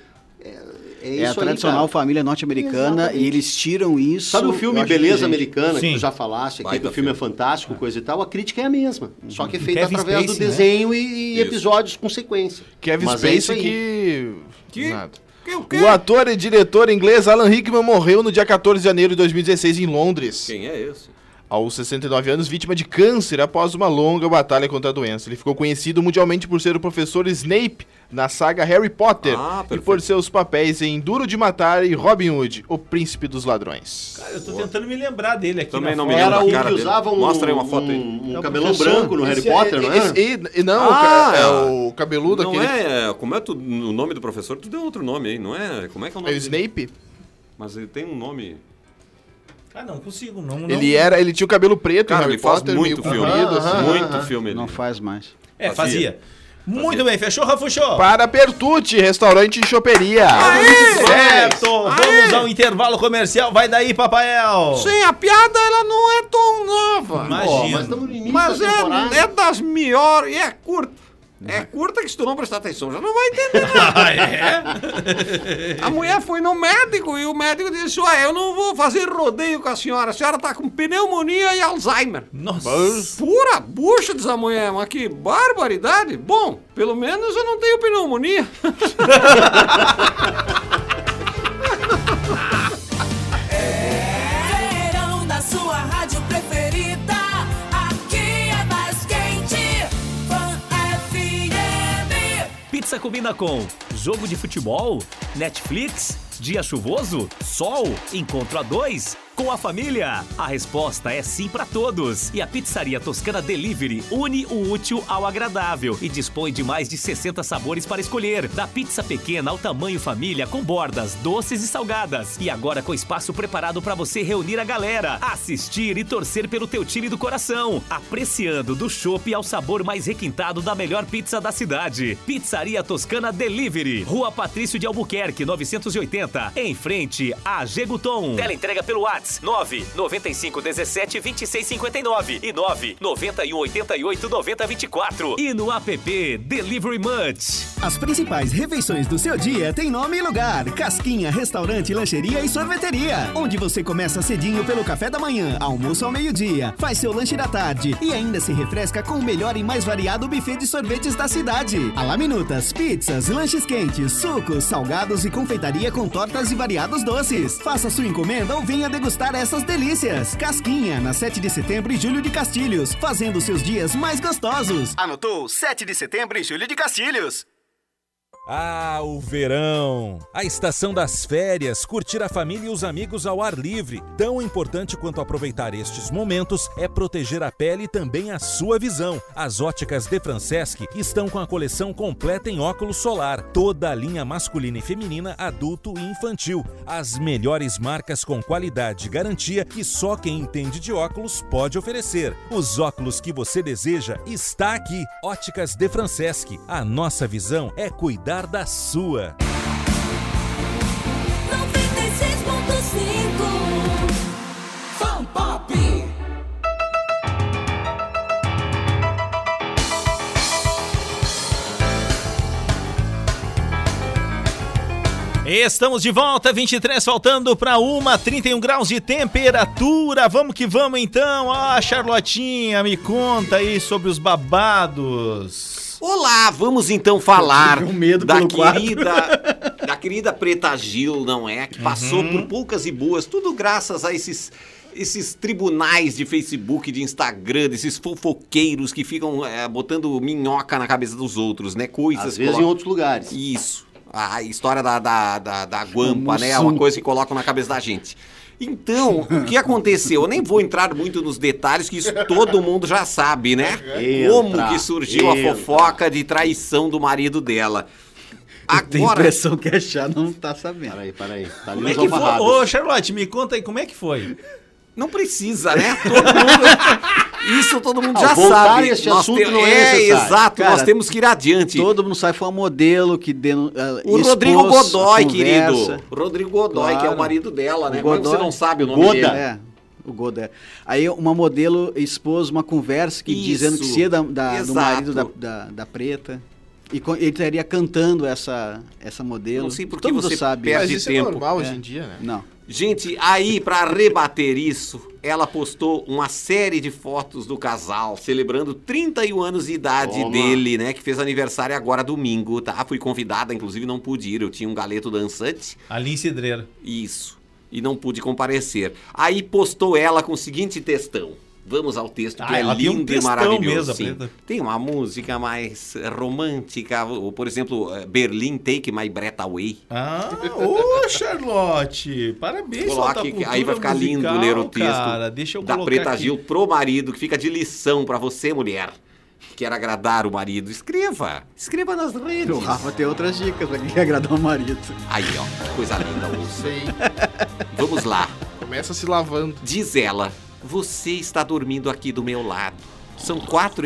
É É a isso tradicional aí, cara. família norte-americana Exatamente. e eles tiram isso. Sabe o filme eu acho Beleza inteligente. Americana, que Sim. tu já falaste aqui, Baita que o filme é filme. fantástico, coisa e tal? A crítica é a mesma, só que é feita Kevin através do Spacey, né? desenho e Isso. episódios com sequência. Kevin Mas é isso Spacey aí. que... Nada. O quê? O ator e diretor inglês Alan Rickman morreu no dia 14 de janeiro de 2016 em Londres. Quem é esse? aos 69 anos, vítima de câncer após uma longa batalha contra a doença. Ele ficou conhecido mundialmente por ser o professor Snape na saga Harry Potter e por seus papéis em Duro de Matar e Robin Hood, o príncipe dos ladrões. Cara, eu tô tentando me lembrar dele aqui. Também não me lembro da cara dele. Mostra aí uma foto aí. Um cabelão branco no Harry Potter, não é? Não, o cabeludo não aquele... é, como é o nome do professor? Tu deu outro nome aí, não é? Como é que é o nome É o Snape? Mas ele tem um nome... Ah, não consigo, não. Ele tinha o cabelo preto, cara, Harry ele faz Potter, muito meio filme, comprido, assim. muito filme. Não faz mais. Fazia. Muito bem, fechou, Rafuxo? Para Pertucci, restaurante e choperia. Certo! Vamos ao intervalo comercial. Vai daí, Papael. Sim, a piada ela não é tão nova. Imagina. Mas estamos no início Mas da temporada. é das melhores e é curta. É curta que se tu não prestar atenção já não vai entender nada. A mulher foi no médico e o médico disse, eu não vou fazer rodeio com a senhora tá com pneumonia e Alzheimer. Nossa. Pura bucha, diz a mulher, mas que barbaridade. Bom, pelo menos eu não tenho pneumonia. Verão da sua rádio preferida. Aqui é mais quente. Fã FM. Pizza combina com jogo de futebol, Netflix, dia chuvoso, sol, encontro a dois, com a família. A resposta é sim para todos. E a Pizzaria Toscana Delivery une o útil ao agradável e dispõe de mais de 60 sabores para escolher. Da pizza pequena ao tamanho família, com bordas doces e salgadas. E agora com espaço preparado para você reunir a galera, assistir e torcer pelo teu time do coração, apreciando do chopp ao sabor mais requintado da melhor pizza da cidade. Pizzaria Toscana Delivery, Rua Patrício de Albuquerque, 980, em frente a Geguton. Teleentrega pelo WhatsApp 995172659 e 991889024 e no app Delivery Munch. As principais refeições do seu dia têm nome e lugar. Casquinha, restaurante, lancheria e sorveteria. Onde você começa cedinho pelo café da manhã, almoço ao meio-dia, faz seu lanche da tarde e ainda se refresca com o melhor e mais variado buffet de sorvetes da cidade. Alaminutas, pizzas, lanches quentes, sucos, salgados e confeitaria com tortas e variados doces. Faça sua encomenda ou venha degustar essas delícias. Casquinha, na 7 de setembro e Júlio de Castilhos, fazendo seus dias mais gostosos. Anotou? 7 de setembro e Júlio de Castilhos. Ah, o verão! A estação das férias, curtir a família e os amigos ao ar livre. Tão importante quanto aproveitar estes momentos é proteger a pele e também a sua visão. As óticas De Franceschi estão com a coleção completa em óculos solar. Toda a linha masculina e feminina, adulto e infantil. As melhores marcas com qualidade e garantia que só quem entende de óculos pode oferecer. Os óculos que você deseja está aqui. Óticas De Franceschi. A nossa visão é cuidar da sua. 96.5 Fã Pop. Estamos de volta, 23 faltando para 31 graus de temperatura. Vamos que vamos então. Charlotinha, me conta aí sobre os babados. Olá, vamos então falar da querida Preta Gil, não é? Que passou por poucas e boas, tudo graças a esses tribunais de Facebook, de Instagram, desses fofoqueiros que ficam botando minhoca na cabeça dos outros, né? Coisas... Às vezes em outros lugares. Isso. A história da guampa, né? É uma coisa que colocam na cabeça da gente. Então, o que aconteceu? Eu nem vou entrar muito nos detalhes, que isso todo mundo já sabe, né? Como que surgiu a fofoca de traição do marido dela. Agora... Tenho a impressão que a Chá não tá sabendo. Peraí. Tá como é que foi? Ô, Charlotte, me conta aí, como é que foi? Não precisa, né? Todo mundo já sabe. Esse assunto não é necessário. Exato, Cara, nós temos que ir adiante. Todo mundo sabe, foi uma modelo que o Rodrigo Godoy, querido. O Rodrigo Godoy, que é o marido dela, né? Mas você não sabe o nome dele. O Godoy. Aí uma modelo expôs uma conversa dizendo que se é do marido da Preta. E ele estaria cantando essa modelo. Não sei por que você sabe. Perde isso tempo. É normal hoje em dia, né? Não. Gente, aí pra rebater isso, ela postou uma série de fotos do casal celebrando 31 anos de idade dele, né? Que fez aniversário agora domingo, tá? Fui convidada, inclusive não pude ir, eu tinha um galeto dançante. Aline Cidreira. Isso. e não pude comparecer. Aí postou ela com o seguinte textão. Vamos ao texto, que é ela tem um lindo e textão maravilhoso. mesmo, a Sim. Preta. Tem uma música mais romântica, ou, por exemplo, Berlim, Take My Breath Away. Ô, Charlotte, parabéns pela tua Coloque, cultura aí vai ficar lindo musical, ler o texto cara. Deixa eu da colocar Preta aqui. Gil pro marido, que fica de lição pra você, mulher. Que quer agradar o marido. Escreva nas redes. O Rafa tem outras dicas pra quem quer agradar o marido. Aí, ó, que coisa linda, ouça. Vamos lá. Começa se lavando. Diz ela, você está dormindo aqui do meu lado. São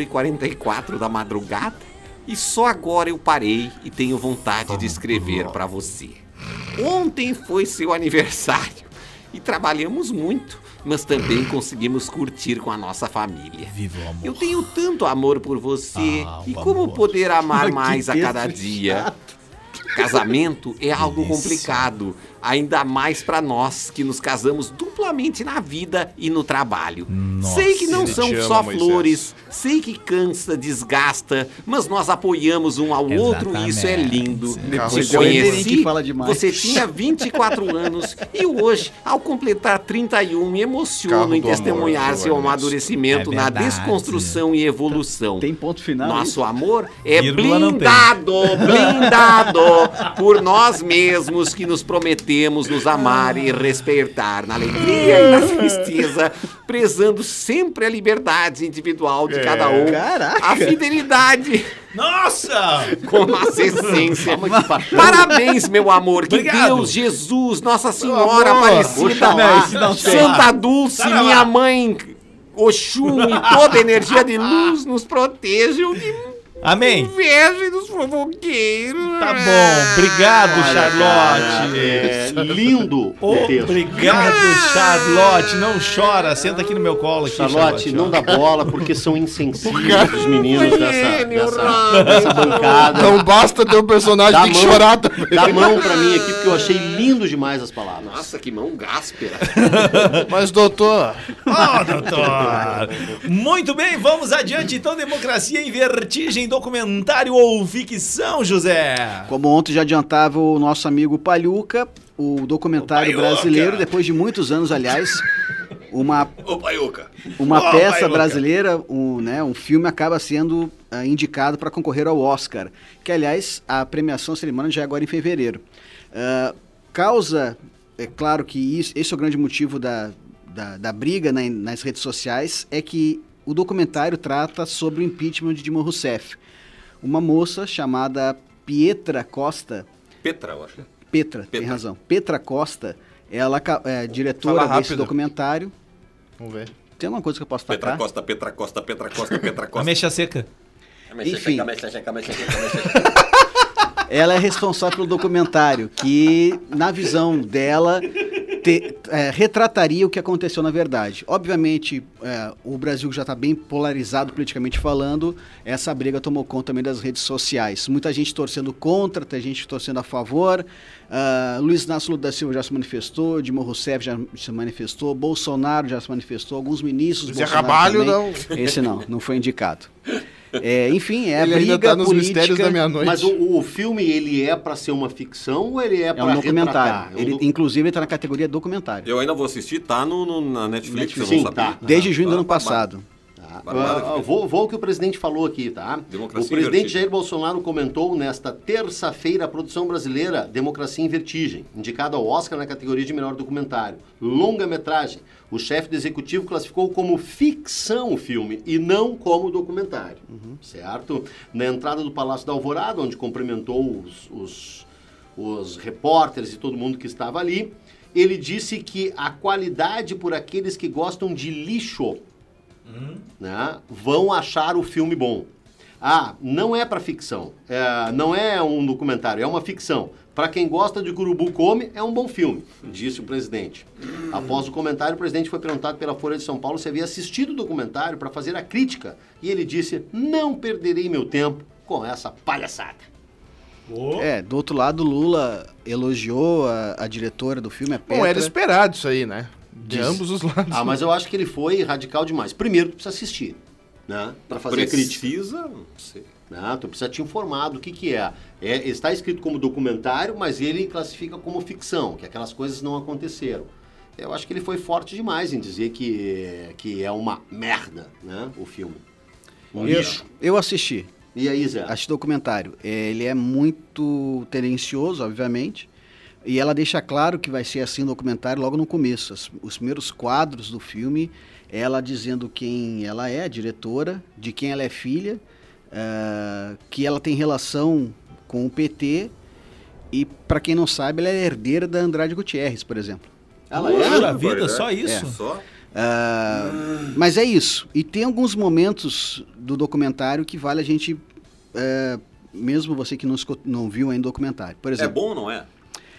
4h44 da madrugada e só agora eu parei e tenho vontade de escrever pra você. Ontem foi seu aniversário e trabalhamos muito, mas também conseguimos curtir com a nossa família. Viva o amor. Eu tenho tanto amor por você e o como amor. poder amar Que mais a texto cada dia? Casamento é algo Delícia. complicado, ainda mais pra nós que nos casamos duplamente na vida e no trabalho. Nossa, sei que não ele são te ama, só Moisés. flores, sei que cansa, desgasta, mas nós apoiamos um ao outro e isso é lindo. Depois Te eu conheci, que fala demais. você tinha 24 anos e hoje, ao completar 31, me emociono Carro em do amor, testemunhar seu Ernesto. amadurecimento É na verdade. desconstrução e evolução. Tem ponto final? Nosso amor é Vírgula não tem. blindado por nós mesmos que nos prometemos nos amar e respeitar na alegria e na tristeza, prezando sempre a liberdade individual de cada um, Caraca. a fidelidade Nossa! com nossa essência. Parabéns, meu amor, que Obrigado. Deus, Jesus, Nossa Senhora Amor, Aparecida, não, esse não tem. Santa Dulce, Tá lá. minha mãe, Oxum e toda energia de luz nos protejam de Amém. inveja e dos fofoqueiros. Tá bom. Obrigado, Charlotte. É lindo o texto. Obrigado, Charlotte. Não chora. Senta aqui no meu colo. Aqui, Charlotte, não ó. dá bola porque são insensíveis os meninos dessa Rafa. bancada. Não basta ter um personagem, Dá tem que mão. chorar também. Dá a mão pra mim aqui porque eu achei lindo demais as palavras. Nossa, que mão gáspera. Mas, doutor, Ó, doutor. Muito bem, vamos adiante. Então, Democracia em Vertigem, documentário ou ficção, José? Como ontem já adiantava o nosso amigo Palhuca, o documentário O Palhuca. brasileiro, depois de muitos anos, aliás, uma Ô, Paiuca. peça Palhuca. brasileira, um filme acaba sendo indicado para concorrer ao Oscar, que aliás a premiação cerimônia já é agora em fevereiro. Causa, é claro que esse é o grande motivo da briga nas redes sociais, é que o documentário trata sobre o impeachment de Dilma Rousseff. Uma moça chamada Pietra Costa, Petra, eu acho. Petra, tem razão, Petra Costa, ela é diretora Fala desse rápido. documentário. vamos ver. Tem alguma coisa que eu posso Petra tacar? Costa, Petra Costa, Petra Costa, Petra Costa. Ameixa seca. Enfim. Ela é responsável pelo documentário, que, na visão dela, retrataria o que aconteceu na verdade. Obviamente, o Brasil já está bem polarizado politicamente falando, essa briga tomou conta também das redes sociais. Muita gente torcendo contra, tem gente torcendo a favor. Luiz Inácio Lula da Silva já se manifestou, Dilma Rousseff já se manifestou, Bolsonaro já se manifestou, alguns ministros do Zé Bolsonaro Ramalho, também. Esse não foi indicado. Enfim, é a Ele ainda briga tá nos política. mistérios da meia-noite. Mas o filme, ele é pra ser uma ficção ou ele é É pra um documentário. retratar? Inclusive, ele está na categoria documentário. Eu ainda vou assistir, tá na Netflix, eu Sim, não sabia. tá. Desde junho do ano passado. Vou ao que o presidente falou aqui, tá? Democracia O presidente em Vertigem. Jair Bolsonaro comentou nesta terça-feira a produção brasileira Democracia em Vertigem, indicada ao Oscar na categoria de melhor documentário. Longa-metragem. O chefe do executivo classificou como ficção o filme e não como documentário, certo? Na entrada do Palácio da Alvorada, onde cumprimentou os repórteres e todo mundo que estava ali, ele disse que a qualidade por aqueles que gostam de lixo, né, vão achar o filme bom. Não é para ficção, não é um documentário, é uma ficção. Para quem gosta de Curubu Come, é um bom filme, disse o presidente. Após o comentário, o presidente foi perguntado pela Folha de São Paulo se havia assistido o documentário para fazer a crítica. E ele disse, não perderei meu tempo com essa palhaçada. Do outro lado, Lula elogiou a diretora do filme, a Petra. Bom, era esperado isso aí, né? De Diz. ambos os lados. Mas eu acho que ele foi radical demais. Primeiro, tu precisa assistir. né? Para fazer a crítica. Precisa? Não sei. Não, tu precisa te informar do que é. Está escrito como documentário, mas ele classifica como ficção, que aquelas coisas não aconteceram. Eu acho que ele foi forte demais em dizer que é uma merda, né, o filme. Um lixo. Eu assisti. E aí, Zé? Assisti documentário. Ele é muito tendencioso, obviamente, e ela deixa claro que vai ser assim o documentário logo no começo. Os primeiros quadros do filme, ela dizendo quem ela é, a diretora, de quem ela é filha, que ela tem relação com o PT e, para quem não sabe, ela é herdeira da Andrade Gutierrez, por exemplo. Ela é a vida, só isso? Só? Mas é isso. E tem alguns momentos do documentário que vale a gente, mesmo você que não viu ainda o documentário. Por exemplo, É bom, não é?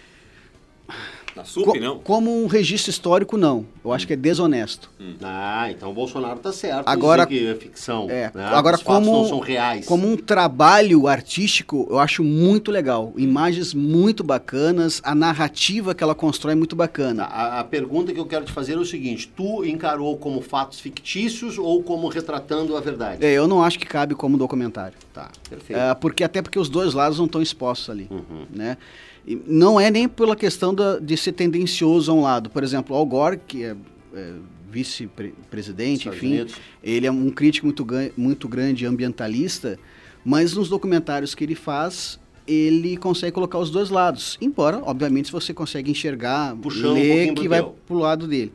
Na sua opinião? Como um registro histórico, não. Eu acho que é desonesto. Ah, então o Bolsonaro tá certo. Agora, dizer que é ficção. Né? Agora os fatos não são reais. Como um trabalho artístico, eu acho muito legal. Imagens muito bacanas, a narrativa que ela constrói é muito bacana. A pergunta que eu quero te fazer é o seguinte: tu encarou como fatos fictícios ou como retratando a verdade? Eu não acho que cabe como documentário. Tá, perfeito. Até porque os dois lados não estão expostos ali, né? E não é nem pela questão de ser tendencioso a um lado. Por exemplo, Al Gore, que é vice-presidente, enfim, ele é um crítico muito grande ambientalista, mas nos documentários que ele faz, ele consegue colocar os dois lados. Embora, obviamente, se você consegue enxergar, ler, que vai pro lado dele.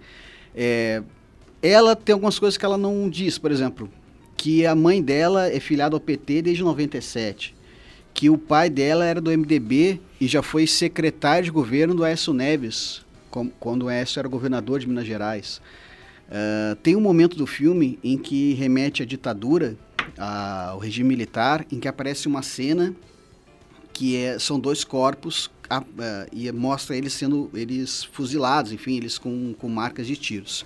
Ela tem algumas coisas que ela não diz, por exemplo, que a mãe dela é filiada ao PT desde 97. Que o pai dela era do MDB e já foi secretário de governo do Aécio Neves, quando o Aécio era governador de Minas Gerais. Tem um momento do filme em que remete à ditadura, ao regime militar, em que aparece uma cena que são dois corpos e mostra eles fuzilados, enfim, eles com marcas de tiros.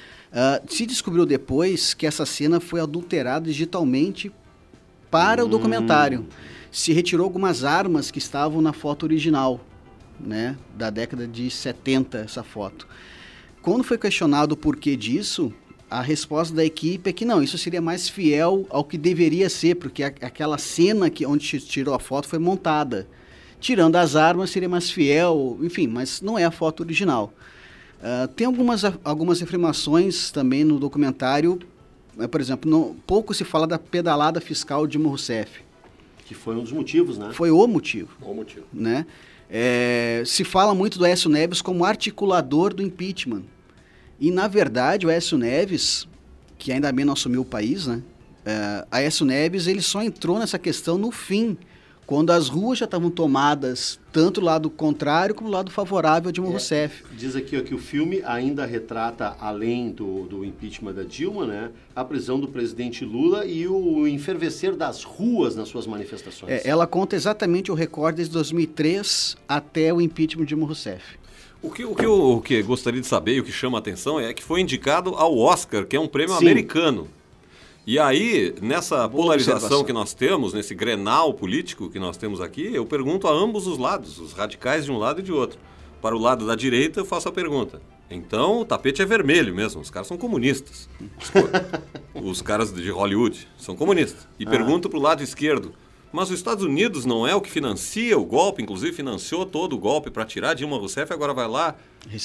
Se descobriu depois que essa cena foi adulterada digitalmente para o documentário. Se retirou algumas armas que estavam na foto original, né, da década de 70, essa foto. Quando foi questionado o porquê disso, a resposta da equipe é que não, isso seria mais fiel ao que deveria ser, porque aquela cena onde se tirou a foto foi montada. Tirando as armas seria mais fiel, enfim, mas não é a foto original. Tem algumas afirmações também no documentário, por exemplo, pouco se fala da pedalada fiscal de Dilma Rousseff. Que foi um dos motivos, né? Foi o motivo. O motivo. Né? Se fala muito do Aécio Neves como articulador do impeachment. E, na verdade, o Aécio Neves, que ainda bem não assumiu o país, né? Aécio Neves, ele só entrou nessa questão no fim, quando as ruas já estavam tomadas, tanto do lado contrário como do lado favorável a Dilma Rousseff. Diz aqui que o filme ainda retrata, além do impeachment da Dilma, né, a prisão do presidente Lula e o enfervecer das ruas nas suas manifestações. Ela conta exatamente o recorde desde 2003 até o impeachment de Dilma Rousseff. O que eu gostaria de saber e o que chama a atenção é que foi indicado ao Oscar, que é um prêmio americano. E aí, nessa polarização que nós temos, nesse grenal político que nós temos aqui, eu pergunto a ambos os lados, os radicais de um lado e de outro. Para o lado da direita, eu faço a pergunta. Então, o tapete é vermelho mesmo, os caras são comunistas. Os caras de Hollywood são comunistas. E pergunto para o lado esquerdo, mas os Estados Unidos não é o que financia o golpe, inclusive financiou todo o golpe para tirar Dilma Rousseff, agora vai lá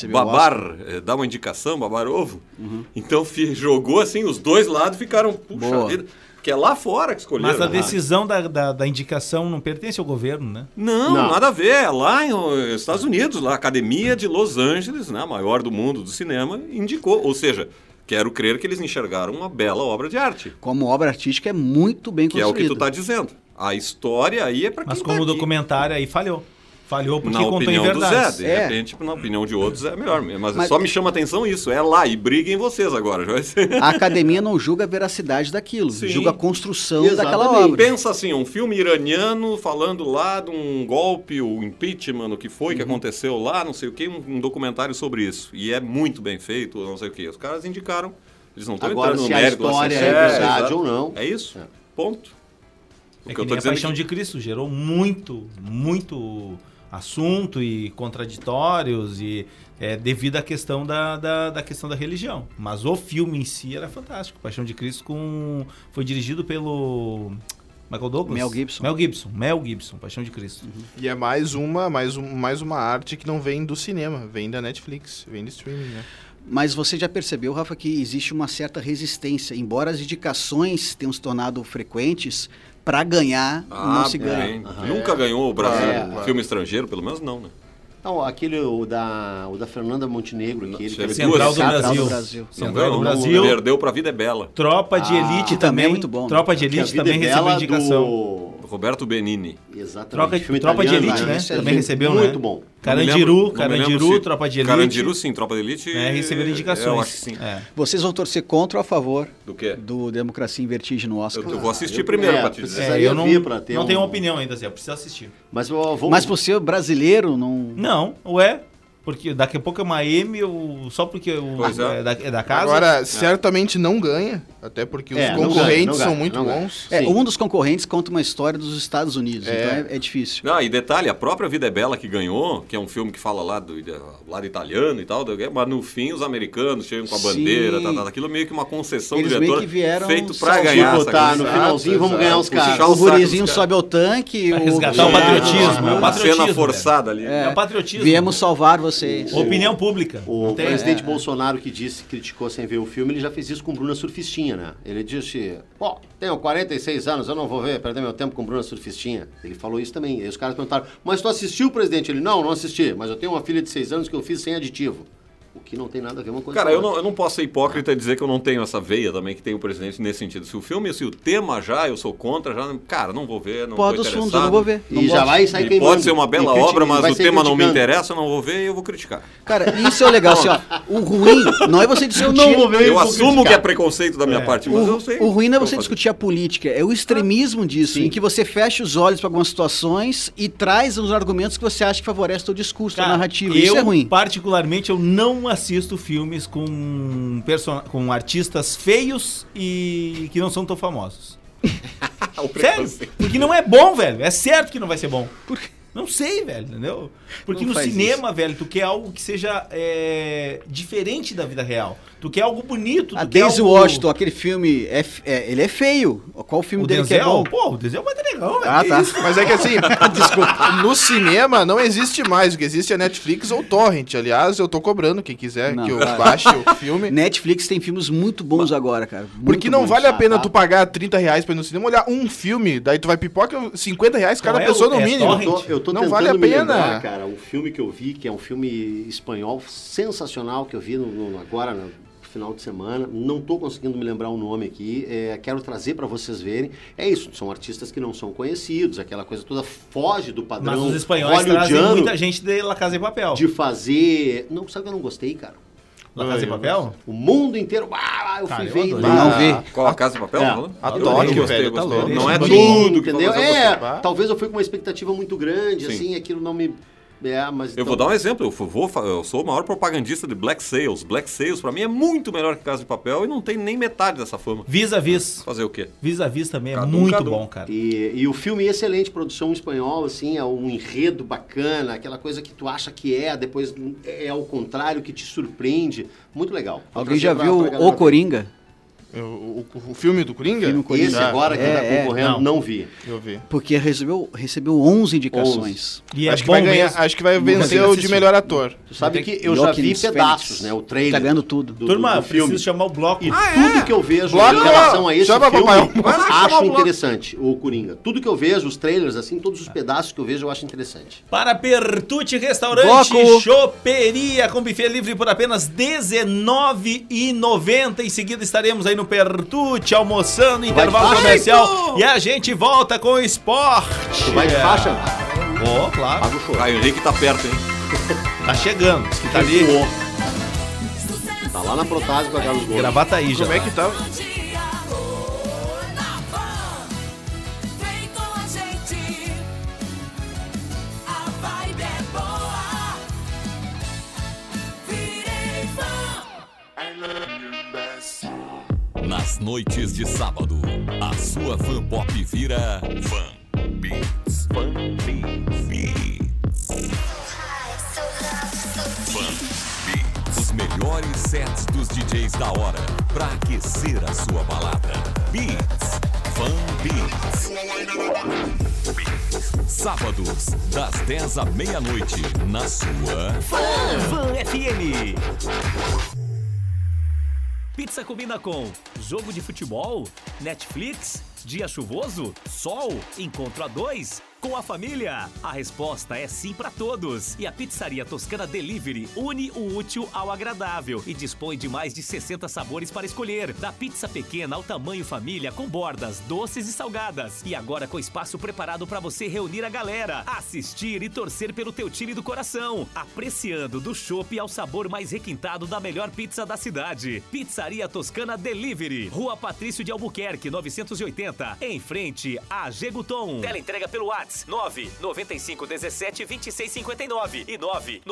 dar uma indicação, babar ovo. Então jogou assim, os dois lados ficaram, puxa vida, que é lá fora que escolheram. Mas a decisão da indicação não pertence ao governo, né? Não, nada a ver, é lá nos Estados Unidos, lá, a Academia de Los Angeles, né, a maior do mundo do cinema, indicou, ou seja... Quero crer que eles enxergaram uma bela obra de arte. Como obra artística é muito bem construída. Que é o que tu está dizendo. A história aí é para quem Mas como tá documentário aí falhou. Falhou porque na contou opinião em verdade. Do Zé, de repente, na opinião de outros é melhor. Mas só me chama a atenção isso. É lá e briguem vocês agora. A academia não julga a veracidade daquilo. Sim. Julga a construção daquela obra. Pensa assim, um filme iraniano falando lá de um golpe, o impeachment, o que foi que aconteceu lá, não sei o quê, um documentário sobre isso. E é muito bem feito, não sei o quê. Os caras indicaram. Eles não estão entrando no mérito. Agora, se a história é verdade ou não. É isso. Ponto. É que nem a Paixão de Cristo gerou muito assunto e contraditórios e devido à questão da questão da religião. Mas o filme em si era fantástico. Paixão de Cristo foi dirigido pelo Michael Douglas? Mel Gibson, Paixão de Cristo. E é mais uma arte que não vem do cinema, vem da Netflix, vem do streaming, né? Mas você já percebeu, Rafa, que existe uma certa resistência, embora as indicações tenham se tornado frequentes, para ganhar não se ganha. Nunca ganhou o Brasil, filme estrangeiro, pelo menos não, né? Não, aquele, o da Fernanda Montenegro, aquele Central do Brasil. Central do Brasil. Perdeu pra Vida é Bela. Tropa de Elite também é muito bom. Tropa de Elite também recebeu indicação. Roberto Benini. Exatamente. Tropa de Elite, né? Também recebeu, né? Muito bom. Carandiru, Tropa de Elite. Carandiru, sim, Tropa de Elite. Receberam indicações. Eu acho que sim. Vocês vão torcer contra ou a favor do quê? Do Democracia em Vertigem no Oscar? Eu vou assistir primeiro pra te dizer. Eu não tenho uma opinião ainda, Zé. Eu preciso assistir. Mas por ser brasileiro, não... Não, porque daqui a pouco é uma M, só porque é da casa. Agora, certamente não ganha, até porque os concorrentes são muito bons. Um dos concorrentes conta uma história dos Estados Unidos, então é difícil. E detalhe, a própria Vida é Bela que ganhou, que é um filme que fala lá do lado italiano e tal, mas no fim os americanos chegam com a bandeira, aquilo meio que uma concessão do diretor meio que vieram feito pra ganhar. No finalzinho vamos ganhar os caras. O gurizinho sobe ao tanque. Resgatar o patriotismo. Uma cena forçada ali. É o patriotismo. Viemos salvar vocês. Opinião pública. O presidente Bolsonaro que criticou sem ver o filme, ele já fez isso com Bruna Surfistinha, né? Ele disse, tenho 46 anos, eu não vou perder meu tempo com Bruna Surfistinha. Ele falou isso também. Aí os caras perguntaram, mas tu assistiu, presidente? Ele, não assisti, mas eu tenho uma filha de 6 anos que eu fiz sem aditivo. O que não tem nada a ver uma coisa com outra. Eu não posso ser hipócrita e dizer que eu não tenho essa veia também que tem o presidente nesse sentido. Se o filme, se o tema eu sou contra, não vou ver, não Pode tô dos interessado. fundos, eu não vou ver. E já vai sair queimando. Pode ser uma bela obra, mas o tema não me interessa, eu não vou ver e eu vou criticar. Cara, isso é legal, assim, o ruim não é você discutir... Eu assumo que é preconceito da minha parte, mas eu sei. O ruim não é você discutir a política, é o extremismo disso, em que você fecha os olhos para algumas situações e traz os argumentos que você acha que favorece o seu discurso, a narrativa. Isso é ruim. Particularmente, eu não assisto filmes com artistas feios e que não são tão famosos. Sério? Porque não é bom, velho. É certo que não vai ser bom. Não sei, velho, entendeu? Porque no cinema, velho, tu quer algo que seja diferente da vida real. Tu quer algo bonito. A Daisy Washington, aquele filme, ele é feio. Qual o filme dele Denzel, que é bom? Pô, o Denzel vai ter legal, velho. Tá. Mas é que assim, desculpa, no cinema não existe mais. O que existe é Netflix ou Torrent. Aliás, eu tô cobrando quem quiser que eu baixe o filme. Netflix tem filmes muito bons agora, cara. Porque não vale a pena tu pagar 30 reais pra ir no cinema, olhar um filme, daí tu vai pipoca 50 reais cada pessoa no mínimo. Eu tô não vale a pena, lembrar, cara, um filme que eu vi, que é um filme espanhol sensacional, que eu vi agora no final de semana, não tô conseguindo me lembrar o nome aqui, quero trazer para vocês verem. É isso, são artistas que não são conhecidos, aquela coisa toda foge do padrão. Mas os espanhóis trazem muita gente de La Casa de Papel. De fazer... Não, sabe que eu não gostei, cara? La Casa de Papel? O mundo inteiro, eu fui ver e não vi. Qual a Casa de Papel? A Tóquio, velho, tá louco. Não é tudo, entendeu? Talvez eu fui com uma expectativa muito grande, assim, aquilo não me... mas eu vou dar um exemplo, eu sou o maior propagandista de Black Sails. Black Sails pra mim é muito melhor que Casa de Papel e não tem nem metade dessa fama. Vis-a-Vis. Fazer o quê? Vis-a-Vis também é muito bom, cara. E o filme é excelente, produção espanhola, assim, é um enredo bacana, aquela coisa que tu acha que depois é ao contrário, que te surpreende. Muito legal. Alguém já viu O Coringa? O filme do Coringa? Esse agora que tá concorrendo, não vi. Eu vi. Porque recebeu 11 indicações. E acho que vai ganhar, acho que vai vencer o de melhor ator. Tu sabe que eu já vi pedaços, né? O trailer. Tá ganhando tudo. Turma, preciso chamar o bloco. E tudo que eu vejo em relação a esse filme, acho interessante, o Coringa. Tudo que eu vejo, os trailers, assim, todos os pedaços que eu vejo, eu acho interessante. Para Pertucci Restaurante, choperia com buffet livre por apenas R$19,90. Em seguida estaremos aí no Pertucci, almoçando, intervalo comercial. E a gente volta com o esporte. Tu vai de faixa? Claro. O Henrique tá perto, hein? Tá chegando, diz que tá ali. Tá lá na Protásio com a Carlos Gomes. Gravataí já. Como é que tá? Nas noites de sábado, a sua Fan Pop vira Fan Beats. Fan Beats. sets dos DJs da hora pra aquecer a sua balada. Beats, Fan Beats. Sábados, das 10 à meia-noite, na sua Fan FM. Pizza combina com jogo de futebol, Netflix, dia chuvoso, sol, encontro a dois, com a família. A resposta é sim para todos. E a Pizzaria Toscana Delivery une o útil ao agradável e dispõe de mais de 60 sabores para escolher. Da pizza pequena ao tamanho família, com bordas, doces e salgadas. E agora com espaço preparado para você reunir a galera, assistir e torcer pelo teu time do coração. Apreciando do chopp ao sabor mais requintado da melhor pizza da cidade. Pizzaria Toscana Delivery, Rua Patrício de Albuquerque, 980, em frente a Geguton. Teleentrega pelo WhatsApp 995172659 e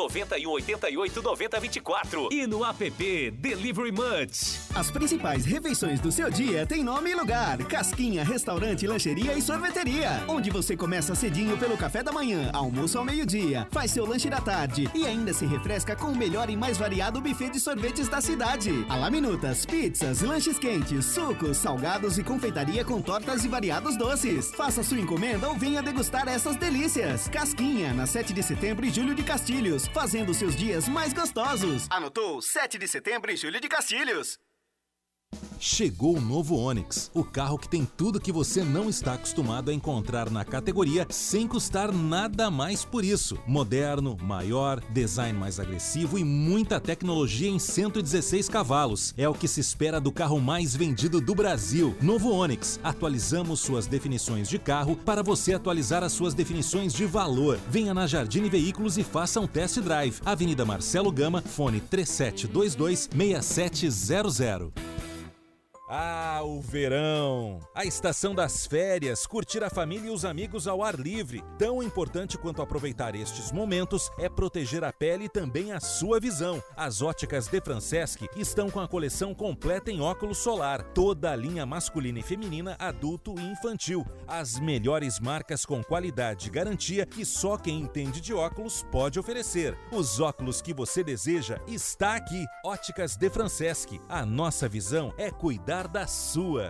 991889024 e no app Delivery Munch. As principais refeições do seu dia têm nome e lugar. Casquinha, restaurante, lancheria e sorveteria. Onde você começa cedinho pelo café da manhã, almoço ao meio-dia, faz seu lanche da tarde e ainda se refresca com o melhor e mais variado buffet de sorvetes da cidade. Alaminutas, pizzas, lanches quentes, sucos, salgados e confeitaria com tortas e variados doces. Faça sua encomenda ou venha degustar essas delícias. Casquinha, na 7 de setembro e Júlio de Castilhos, fazendo seus dias mais gostosos. Anotou? 7 de setembro e Júlio de Castilhos. Chegou o novo Onix, o carro que tem tudo que você não está acostumado a encontrar na categoria sem custar nada mais por isso. Moderno, maior, design mais agressivo e muita tecnologia em 116 cavalos. É o que se espera do carro mais vendido do Brasil. Novo Onix. Atualizamos suas definições de carro para você atualizar as suas definições de valor. Venha na Jardine Veículos e faça um test drive. Avenida Marcelo Gama, fone 3722-6700. Ah, o verão! A estação das férias, curtir a família e os amigos ao ar livre. Tão importante quanto aproveitar estes momentos é proteger a pele e também a sua visão. As óticas De Franceschi estão com a coleção completa em óculos solar. Toda a linha masculina e feminina, adulto e infantil. As melhores marcas com qualidade e garantia que só quem entende de óculos pode oferecer. Os óculos que você deseja está aqui. Óticas De Franceschi. A nossa visão é cuidar da sua.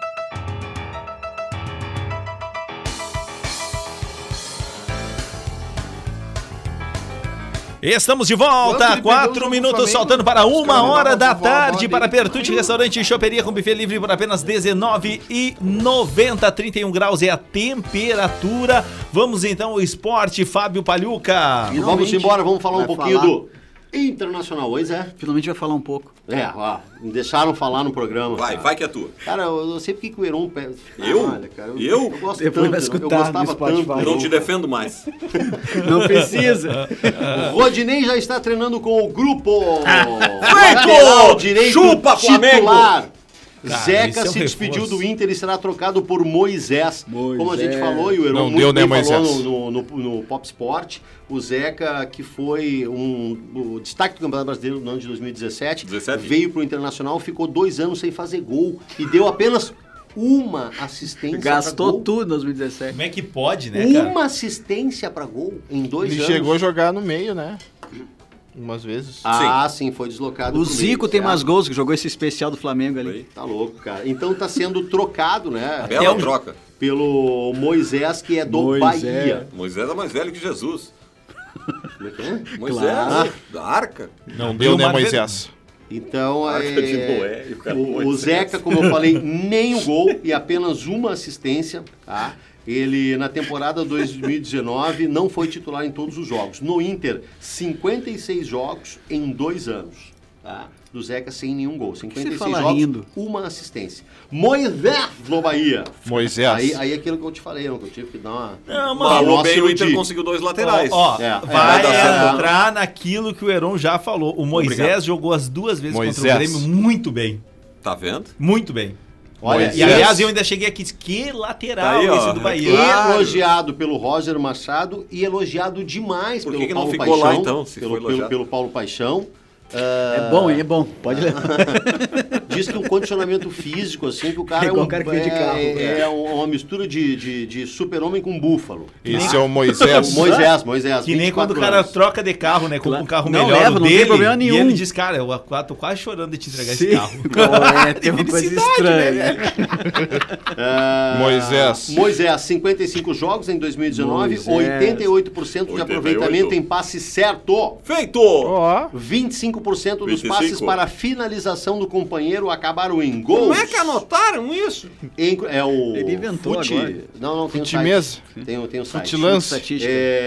Estamos de volta, 4 minutos, faltando para 1h da tarde para Pertucci Restaurante e Choperia com buffet livre por apenas R$19,90, 31 graus é a temperatura. Vamos então ao esporte, Fábio Pagliuca. E vamos embora, vamos falar um pouquinho do Internacional, pois é. Finalmente vai falar um pouco. Me deixaram falar no programa. Vai que é tua. Cara, eu sei porque que o Heron... Eu? Olha, cara, Eu gosto Depois tanto, vai escutar eu gostava tanto. Eu não te defendo mais. Não precisa. O Rodinei já está treinando com o grupo. Feito! Direito Chupa, titular. Cara, Zeca esse é um se despediu reforço. do Inter e será trocado por Moisés. Como a gente falou, e o Heron Não muito deu, né, bem falou Moisés? no Pop Sport. O Zeca, que foi o destaque do Campeonato Brasileiro no ano de 2017, veio para o Internacional, ficou 2 anos sem fazer gol e deu apenas uma assistência. Gastou tudo em 2017. Como é que pode, né, cara? Uma assistência para gol em 2 Ele anos. chegou a jogar no meio, né? Umas vezes. Sim, foi deslocado. O pro Zico meio, tem certo? mais gols, que jogou esse especial do Flamengo ali. Tá louco, cara. Então tá sendo trocado, né? Bela troca. Pelo Moisés, que é do Bahia. Moisés é mais velho que Jesus. Como é que é? Moisés, da arca. Não deu, né, Moisés? Então, Arca de Noé, e o cara o Moisés. Zeca, como eu falei, nem o gol e apenas uma assistência, tá? Ele, na temporada 2019, não foi titular em todos os jogos. No Inter, 56 jogos em 2 anos, tá? Do Zeca sem nenhum gol. 56 jogos, rindo? uma assistência. Moisés no Bahia. Moisés. Aí aquilo que eu te falei, que eu tive que dar uma... Não, Falou mano, bem, o Inter conseguiu 2 laterais. Vai dar certo. entrar naquilo que o Heron já falou. O Moisés Obrigado. jogou as 2 vezes contra Moisés. o Grêmio muito bem. Tá vendo? Muito bem. Olha, E aliás, eu ainda cheguei aqui, que lateral Tá aí, ó. esse do Bahia. elogiado pelo Roger Machado e elogiado demais Por pelo que não Paulo ficou Paixão. lá, então, se foi elogiado? Pelo Paulo Paixão. É bom, hein? É bom. Pode levar. Diz que um condicionamento físico, assim, que o cara É igual o cara que veio de carro. é uma mistura de super-homem com búfalo. Esse é o Moisés. Moisés. Que nem 24 quando o cara anos. troca de carro, né? Compra um carro Não melhor leva, o não tem dele. problema nenhum. E ele diz, cara, eu tô quase chorando de te entregar esse Sim. carro. Tem uma coisa Felicidade, estranha. né, Moisés. Moisés, 55 jogos em 2019, Moisés. 88% de aproveitamento em passe certo. Feito! Ó. 25% dos 25. passes para finalização do companheiro acabaram em gols. Como é que anotaram isso? É o Ele inventou agora. Não, tem o site. Fute-mesa. Tem o site. Fute-lance. Estatística.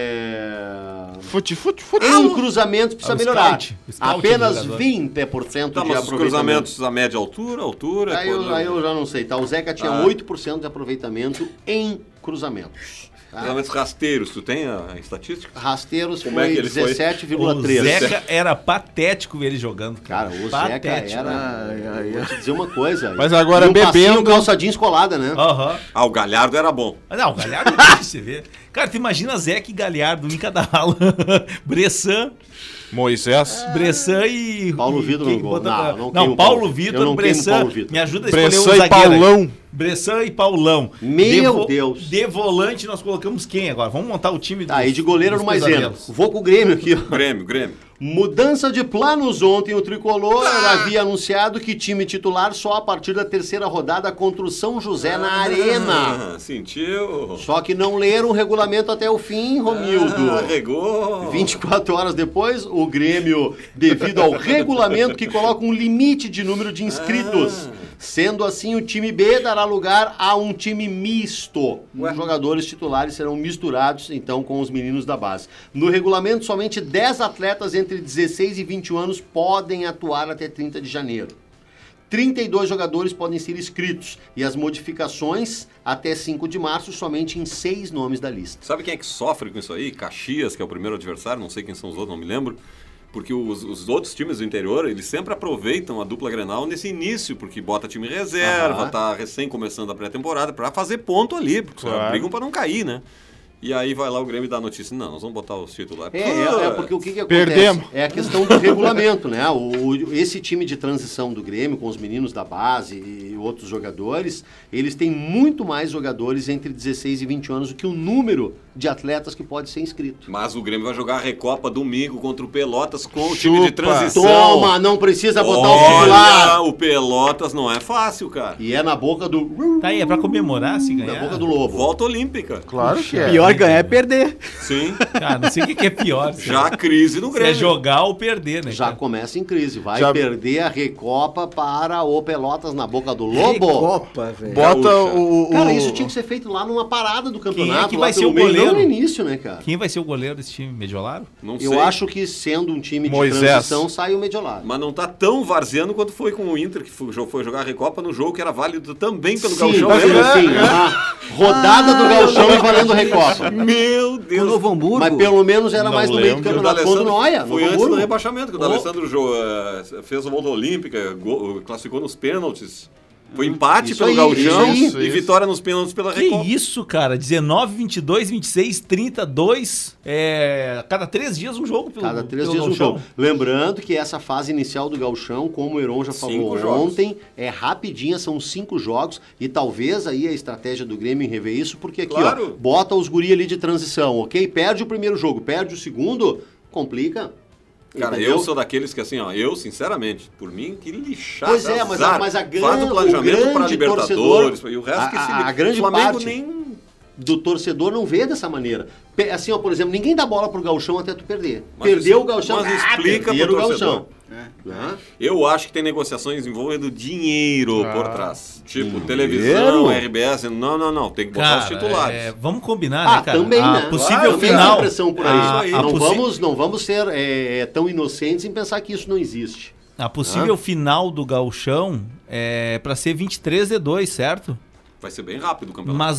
Fute. Em cruzamentos precisa É o melhorar. scout. O scout Apenas do jogador. 20% Tá, de mas os aproveitamento. cruzamentos a média altura. Aí eu já não sei, tá? O Zeca tinha 8% de aproveitamento em cruzamentos. Tá? Cruzamentos rasteiros, tu tem a estatística? Rasteiros Como é foi que ele foi? O 17,3%. Zeca era patético ver ele jogando. Cara, o Patético. Zeca era... Vou te dizer uma coisa. Mas agora e um passinho, bebendo- calça jeans colada, né? Aham. Ah, o Galhardo era bom. Não, o Galhardo, você vê. Cara, tu imagina Zeca e Galhardo, um em cada ala. Bressan Moisés. Bressan e... Paulo Vitor quem no gol. bota Não, pra- não queimo Não, Paulo. Paulo Eu Vitor, não queimo Bressan. Paulo Vitor. Me ajuda a escolher Bressan um e zagueiro aí. Paulão. Bressan e Paulão. Meu Deus. De volante nós colocamos quem agora? Vamos montar o time Tá, e de goleiro dos no Maisena. pesadelos. Vou com o Grêmio aqui, ó. Grêmio. Mudança de planos ontem, o Tricolor havia anunciado que time titular só a partir da terceira rodada contra o São José na Arena. Ah, sentiu? Só que não leram o regulamento até o fim, Romildo. Arregou. 24 horas depois, o Grêmio, devido ao regulamento que coloca um limite de número de inscritos. Sendo assim, o time B dará lugar a um time misto. Os jogadores titulares serão misturados, então, com os meninos da base. No regulamento, somente 10 atletas entre 16 e 21 anos podem atuar até 30 de janeiro. 32 jogadores podem ser inscritos e as modificações até 5 de março somente em 6 nomes da lista. Sabe quem é que sofre com isso aí? Caxias, que é o primeiro adversário, não sei quem são os outros, não me lembro. Porque os outros times do interior, eles sempre aproveitam a dupla Grenal nesse início, porque bota time reserva, tá recém começando a pré-temporada, pra fazer ponto ali, porque os caras brigam pra não cair, né? E aí vai lá o Grêmio e dá a notícia, não, nós vamos botar os titulares. É porque o que acontece? Perdemos. É a questão do regulamento, né? Esse time de transição do Grêmio, com os meninos da base e outros jogadores, eles têm muito mais jogadores entre 16 e 20 anos do que o número de atletas que pode ser inscrito. Mas o Grêmio vai jogar a Recopa domingo contra o Pelotas com o time de transição. Toma, não precisa botar o Olha, titular. o Pelotas não é fácil, cara. E é na boca do... Tá aí, é pra comemorar se ganhar. Na boca do lobo. Volta olímpica. Claro que é. Pior ganhar é perder. Sim. Cara, não sei o que é pior. Já a crise no Se é Grêmio. jogar ou perder, né? Já cara? começa em crise. Vai Já- perder a Recopa para o Pelotas na boca do lobo. Copa, velho. Bota Gaúcha. o... Cara, isso tinha que ser feito lá numa parada do campeonato. que lá vai ser pelo o meio, goleiro? Não no início, né, cara? Quem vai ser o goleiro desse time? Mediolaro? Não sei. Eu acho que sendo um time de Moisés. transição, sai o Mediolaro. Mas não tá tão varzeando quanto foi com o Inter, que foi jogar a Recopa no jogo que era válido também pelo Sim, Gauchão. mas lembra? assim, uma rodada do Gauchão e valendo Recopa. Meu O Deus. Novo Hamburgo. Mas pelo menos era Não mais no meio do lembro. campeonato. Quando Noia, foi Novo antes do Hamburgo. rebaixamento, que o D'Alessandro fez a volta olímpica, classificou nos pênaltis. Foi empate Isso pelo aí, Gauchão isso e vitória nos pênaltis pela Que Recopa. isso, cara? 19, 22, 26, 32. Cada 3 dias um jogo pelo Cada 3 pelo dias um Gauchão. jogo. Lembrando que essa fase inicial do Gauchão, como o Heron já falou 5 jogos. ontem, é rapidinha, são 5 jogos. E talvez aí a estratégia do Grêmio em rever isso, porque aqui, Claro. ó, bota os guri ali de transição, ok? Perde o primeiro jogo, perde o segundo, complica. Cara, Entendeu? eu sou daqueles que assim, ó, eu sinceramente, por mim, que lixado. Pois é, mas a Faz grande- o planejamento o para grande Libertadores torcedor, e o resto que se a grande Flamengo parte nem... do torcedor não vê dessa maneira. Assim, ó, por exemplo, ninguém dá bola pro Gauchão até tu perder. Mas Perdeu isso- o Gauchão, mas explica perderam pro o torcedor. Gauchão. Né? Eu acho que tem negociações envolvendo dinheiro por trás. Tipo, Dinheiro? televisão, RBS. Não. Tem que botar os Cara, titulares. vamos combinar, né, cara? Também, a né? possível Claro, também final. tem pressão por aí. a Não vamos ser tão inocentes em pensar que isso não existe. A possível final do Gauchão é pra ser 23-2, certo? Vai ser bem rápido o campeonato. Mas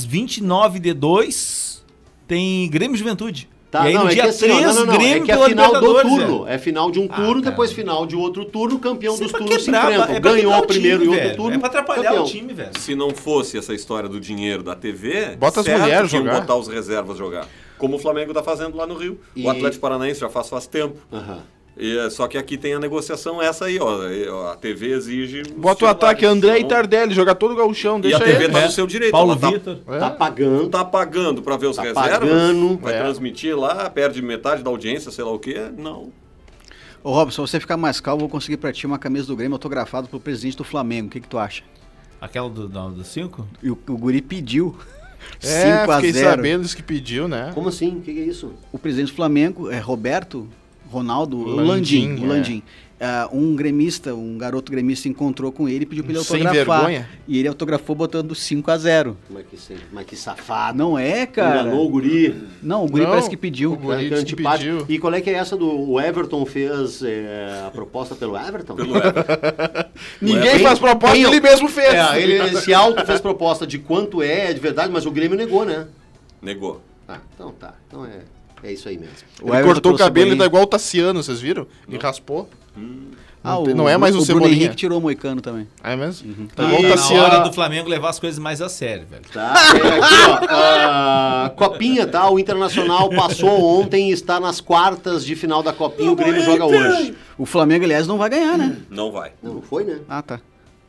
29-2 tem Grêmio e Juventude. Tá, e aí não, no é dia que assim, 3, ó, não, Grêmio é que é pela final do Libertadores, turno. velho. É final de um turno, cara. depois final de outro turno, campeão Isso é dos pra turnos se quebrar, enfrentam. é pra Ganhou quebrar o primeiro time, e outro velho. turno. É pra atrapalhar campeão. o time, velho. Se não fosse essa história do dinheiro da TV, Bota as certo mulheres que iam jogar. botar os reservas jogar. Como o Flamengo tá fazendo lá no Rio. E- O Atlético Paranaense já faz tempo. Aham. Só que aqui tem a negociação essa aí, ó. A TV exige... Bota o ataque André e Tardelli, jogar todo o gauchão, E deixa a TV ele. tá no seu direito. Paulo ela Vitor. Tá pagando. Tá pagando pra ver os reservas. pagando. Vai transmitir lá, perde metade da audiência, sei lá o quê. Não. Ô, Robson, se você ficar mais calmo, eu vou conseguir pra ti uma camisa do Grêmio autografada pelo presidente do Flamengo. O que tu acha? Aquela do 5? E o Guri pediu. É, 5 a fiquei 0. sabendo isso que pediu, né? Como assim? O que é isso? O presidente do Flamengo é Ronaldo Landim, Landim. Um gremista, um garoto gremista encontrou com ele e pediu pra ele Sem autografar. vergonha. E ele autografou botando 5 a 0. Mas que safado. Não é, cara? Enganou o guri. Não, o Guri Não, parece que pediu. o Guri Que disse que antipático. pediu. E qual é que é essa do o Everton fez a proposta pelo Everton? Ninguém faz proposta, ele mesmo fez. Ele esse auto fez proposta de quanto é de verdade, mas o Grêmio negou, né? Negou. Ah, então tá. Então é isso aí mesmo. O Ele Everton cortou o pelo cabelo e Cebolinha. tá igual o Tassiano, vocês viram? Ele raspou. Não é mais o Bruno Cebolinha. Henrique tirou o Moicano também. É mesmo? Tá Tá igual o na hora Tassiano. do Flamengo levar as coisas mais a sério, velho. Tá, aqui, ó. Copinha, tá? O Internacional passou ontem e está nas quartas de final da Copinha. O Grêmio joga hoje. O Flamengo, aliás, não vai ganhar, né? Não vai. Não foi, né? Ah, tá.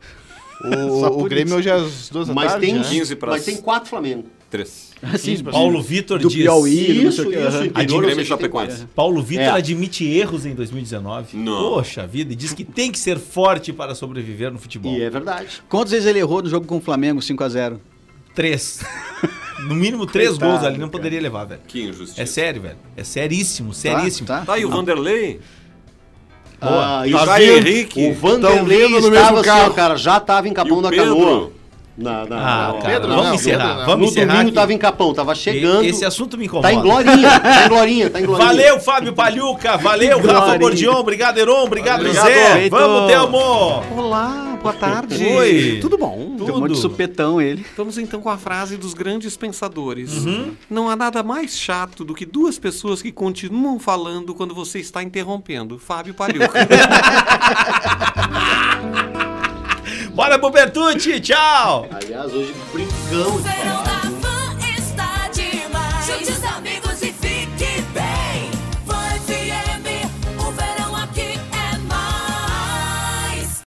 O Grêmio hoje é às 2 da Mas tarde, tem, né? 15 pra- mas tem 4 Flamengo. 3. Assim, Paulo Vitor do diz. Piauí, não Isso, sei o que. isso. aham. Interior, Grêmio eu e sei que tem Chapecoense. 4. Paulo Vitor É. admite erros em 2019. Não. Poxa vida, e diz que tem que ser forte para sobreviver no futebol. E é verdade. Quantas vezes ele errou no jogo com o Flamengo, 5 a 0? 3. No mínimo 3 Coitado, gols ali não cara. poderia levar, velho. Que injustiça. É sério, velho. É seríssimo, seríssimo. Tá. Tá, e o Vanderlei? E Tá o Caio Henrique. O Vanderlei Tão vindo no estava mesmo assim, carro. ó, cara, já estava em E Capão o da Pedro? Canoa. Ah, cara, Pedro, vamos não, encerrar. Pedro, não. Vamos No encerrar. domingo que estava em Capão, tava chegando. Esse assunto me incomoda. Tá em Glorinha, tá em Glorinha, tá em Glorinha. Valeu, Fábio Palhuca. Valeu, Rafa Glorinha. Gordion. Obrigado, Heron. Obrigado, Obrigado. Zé. Feito. Vamos, Telmo. Olá, boa tarde. Oi. Tudo bom? Tem um monte de supetão ele. Vamos então com a frase dos grandes pensadores. Não há nada mais chato do que duas pessoas que continuam falando quando você está interrompendo. Fábio Palhuca. Bora pro Bertucci. Tchau. Aliás, hoje brincamos. Verão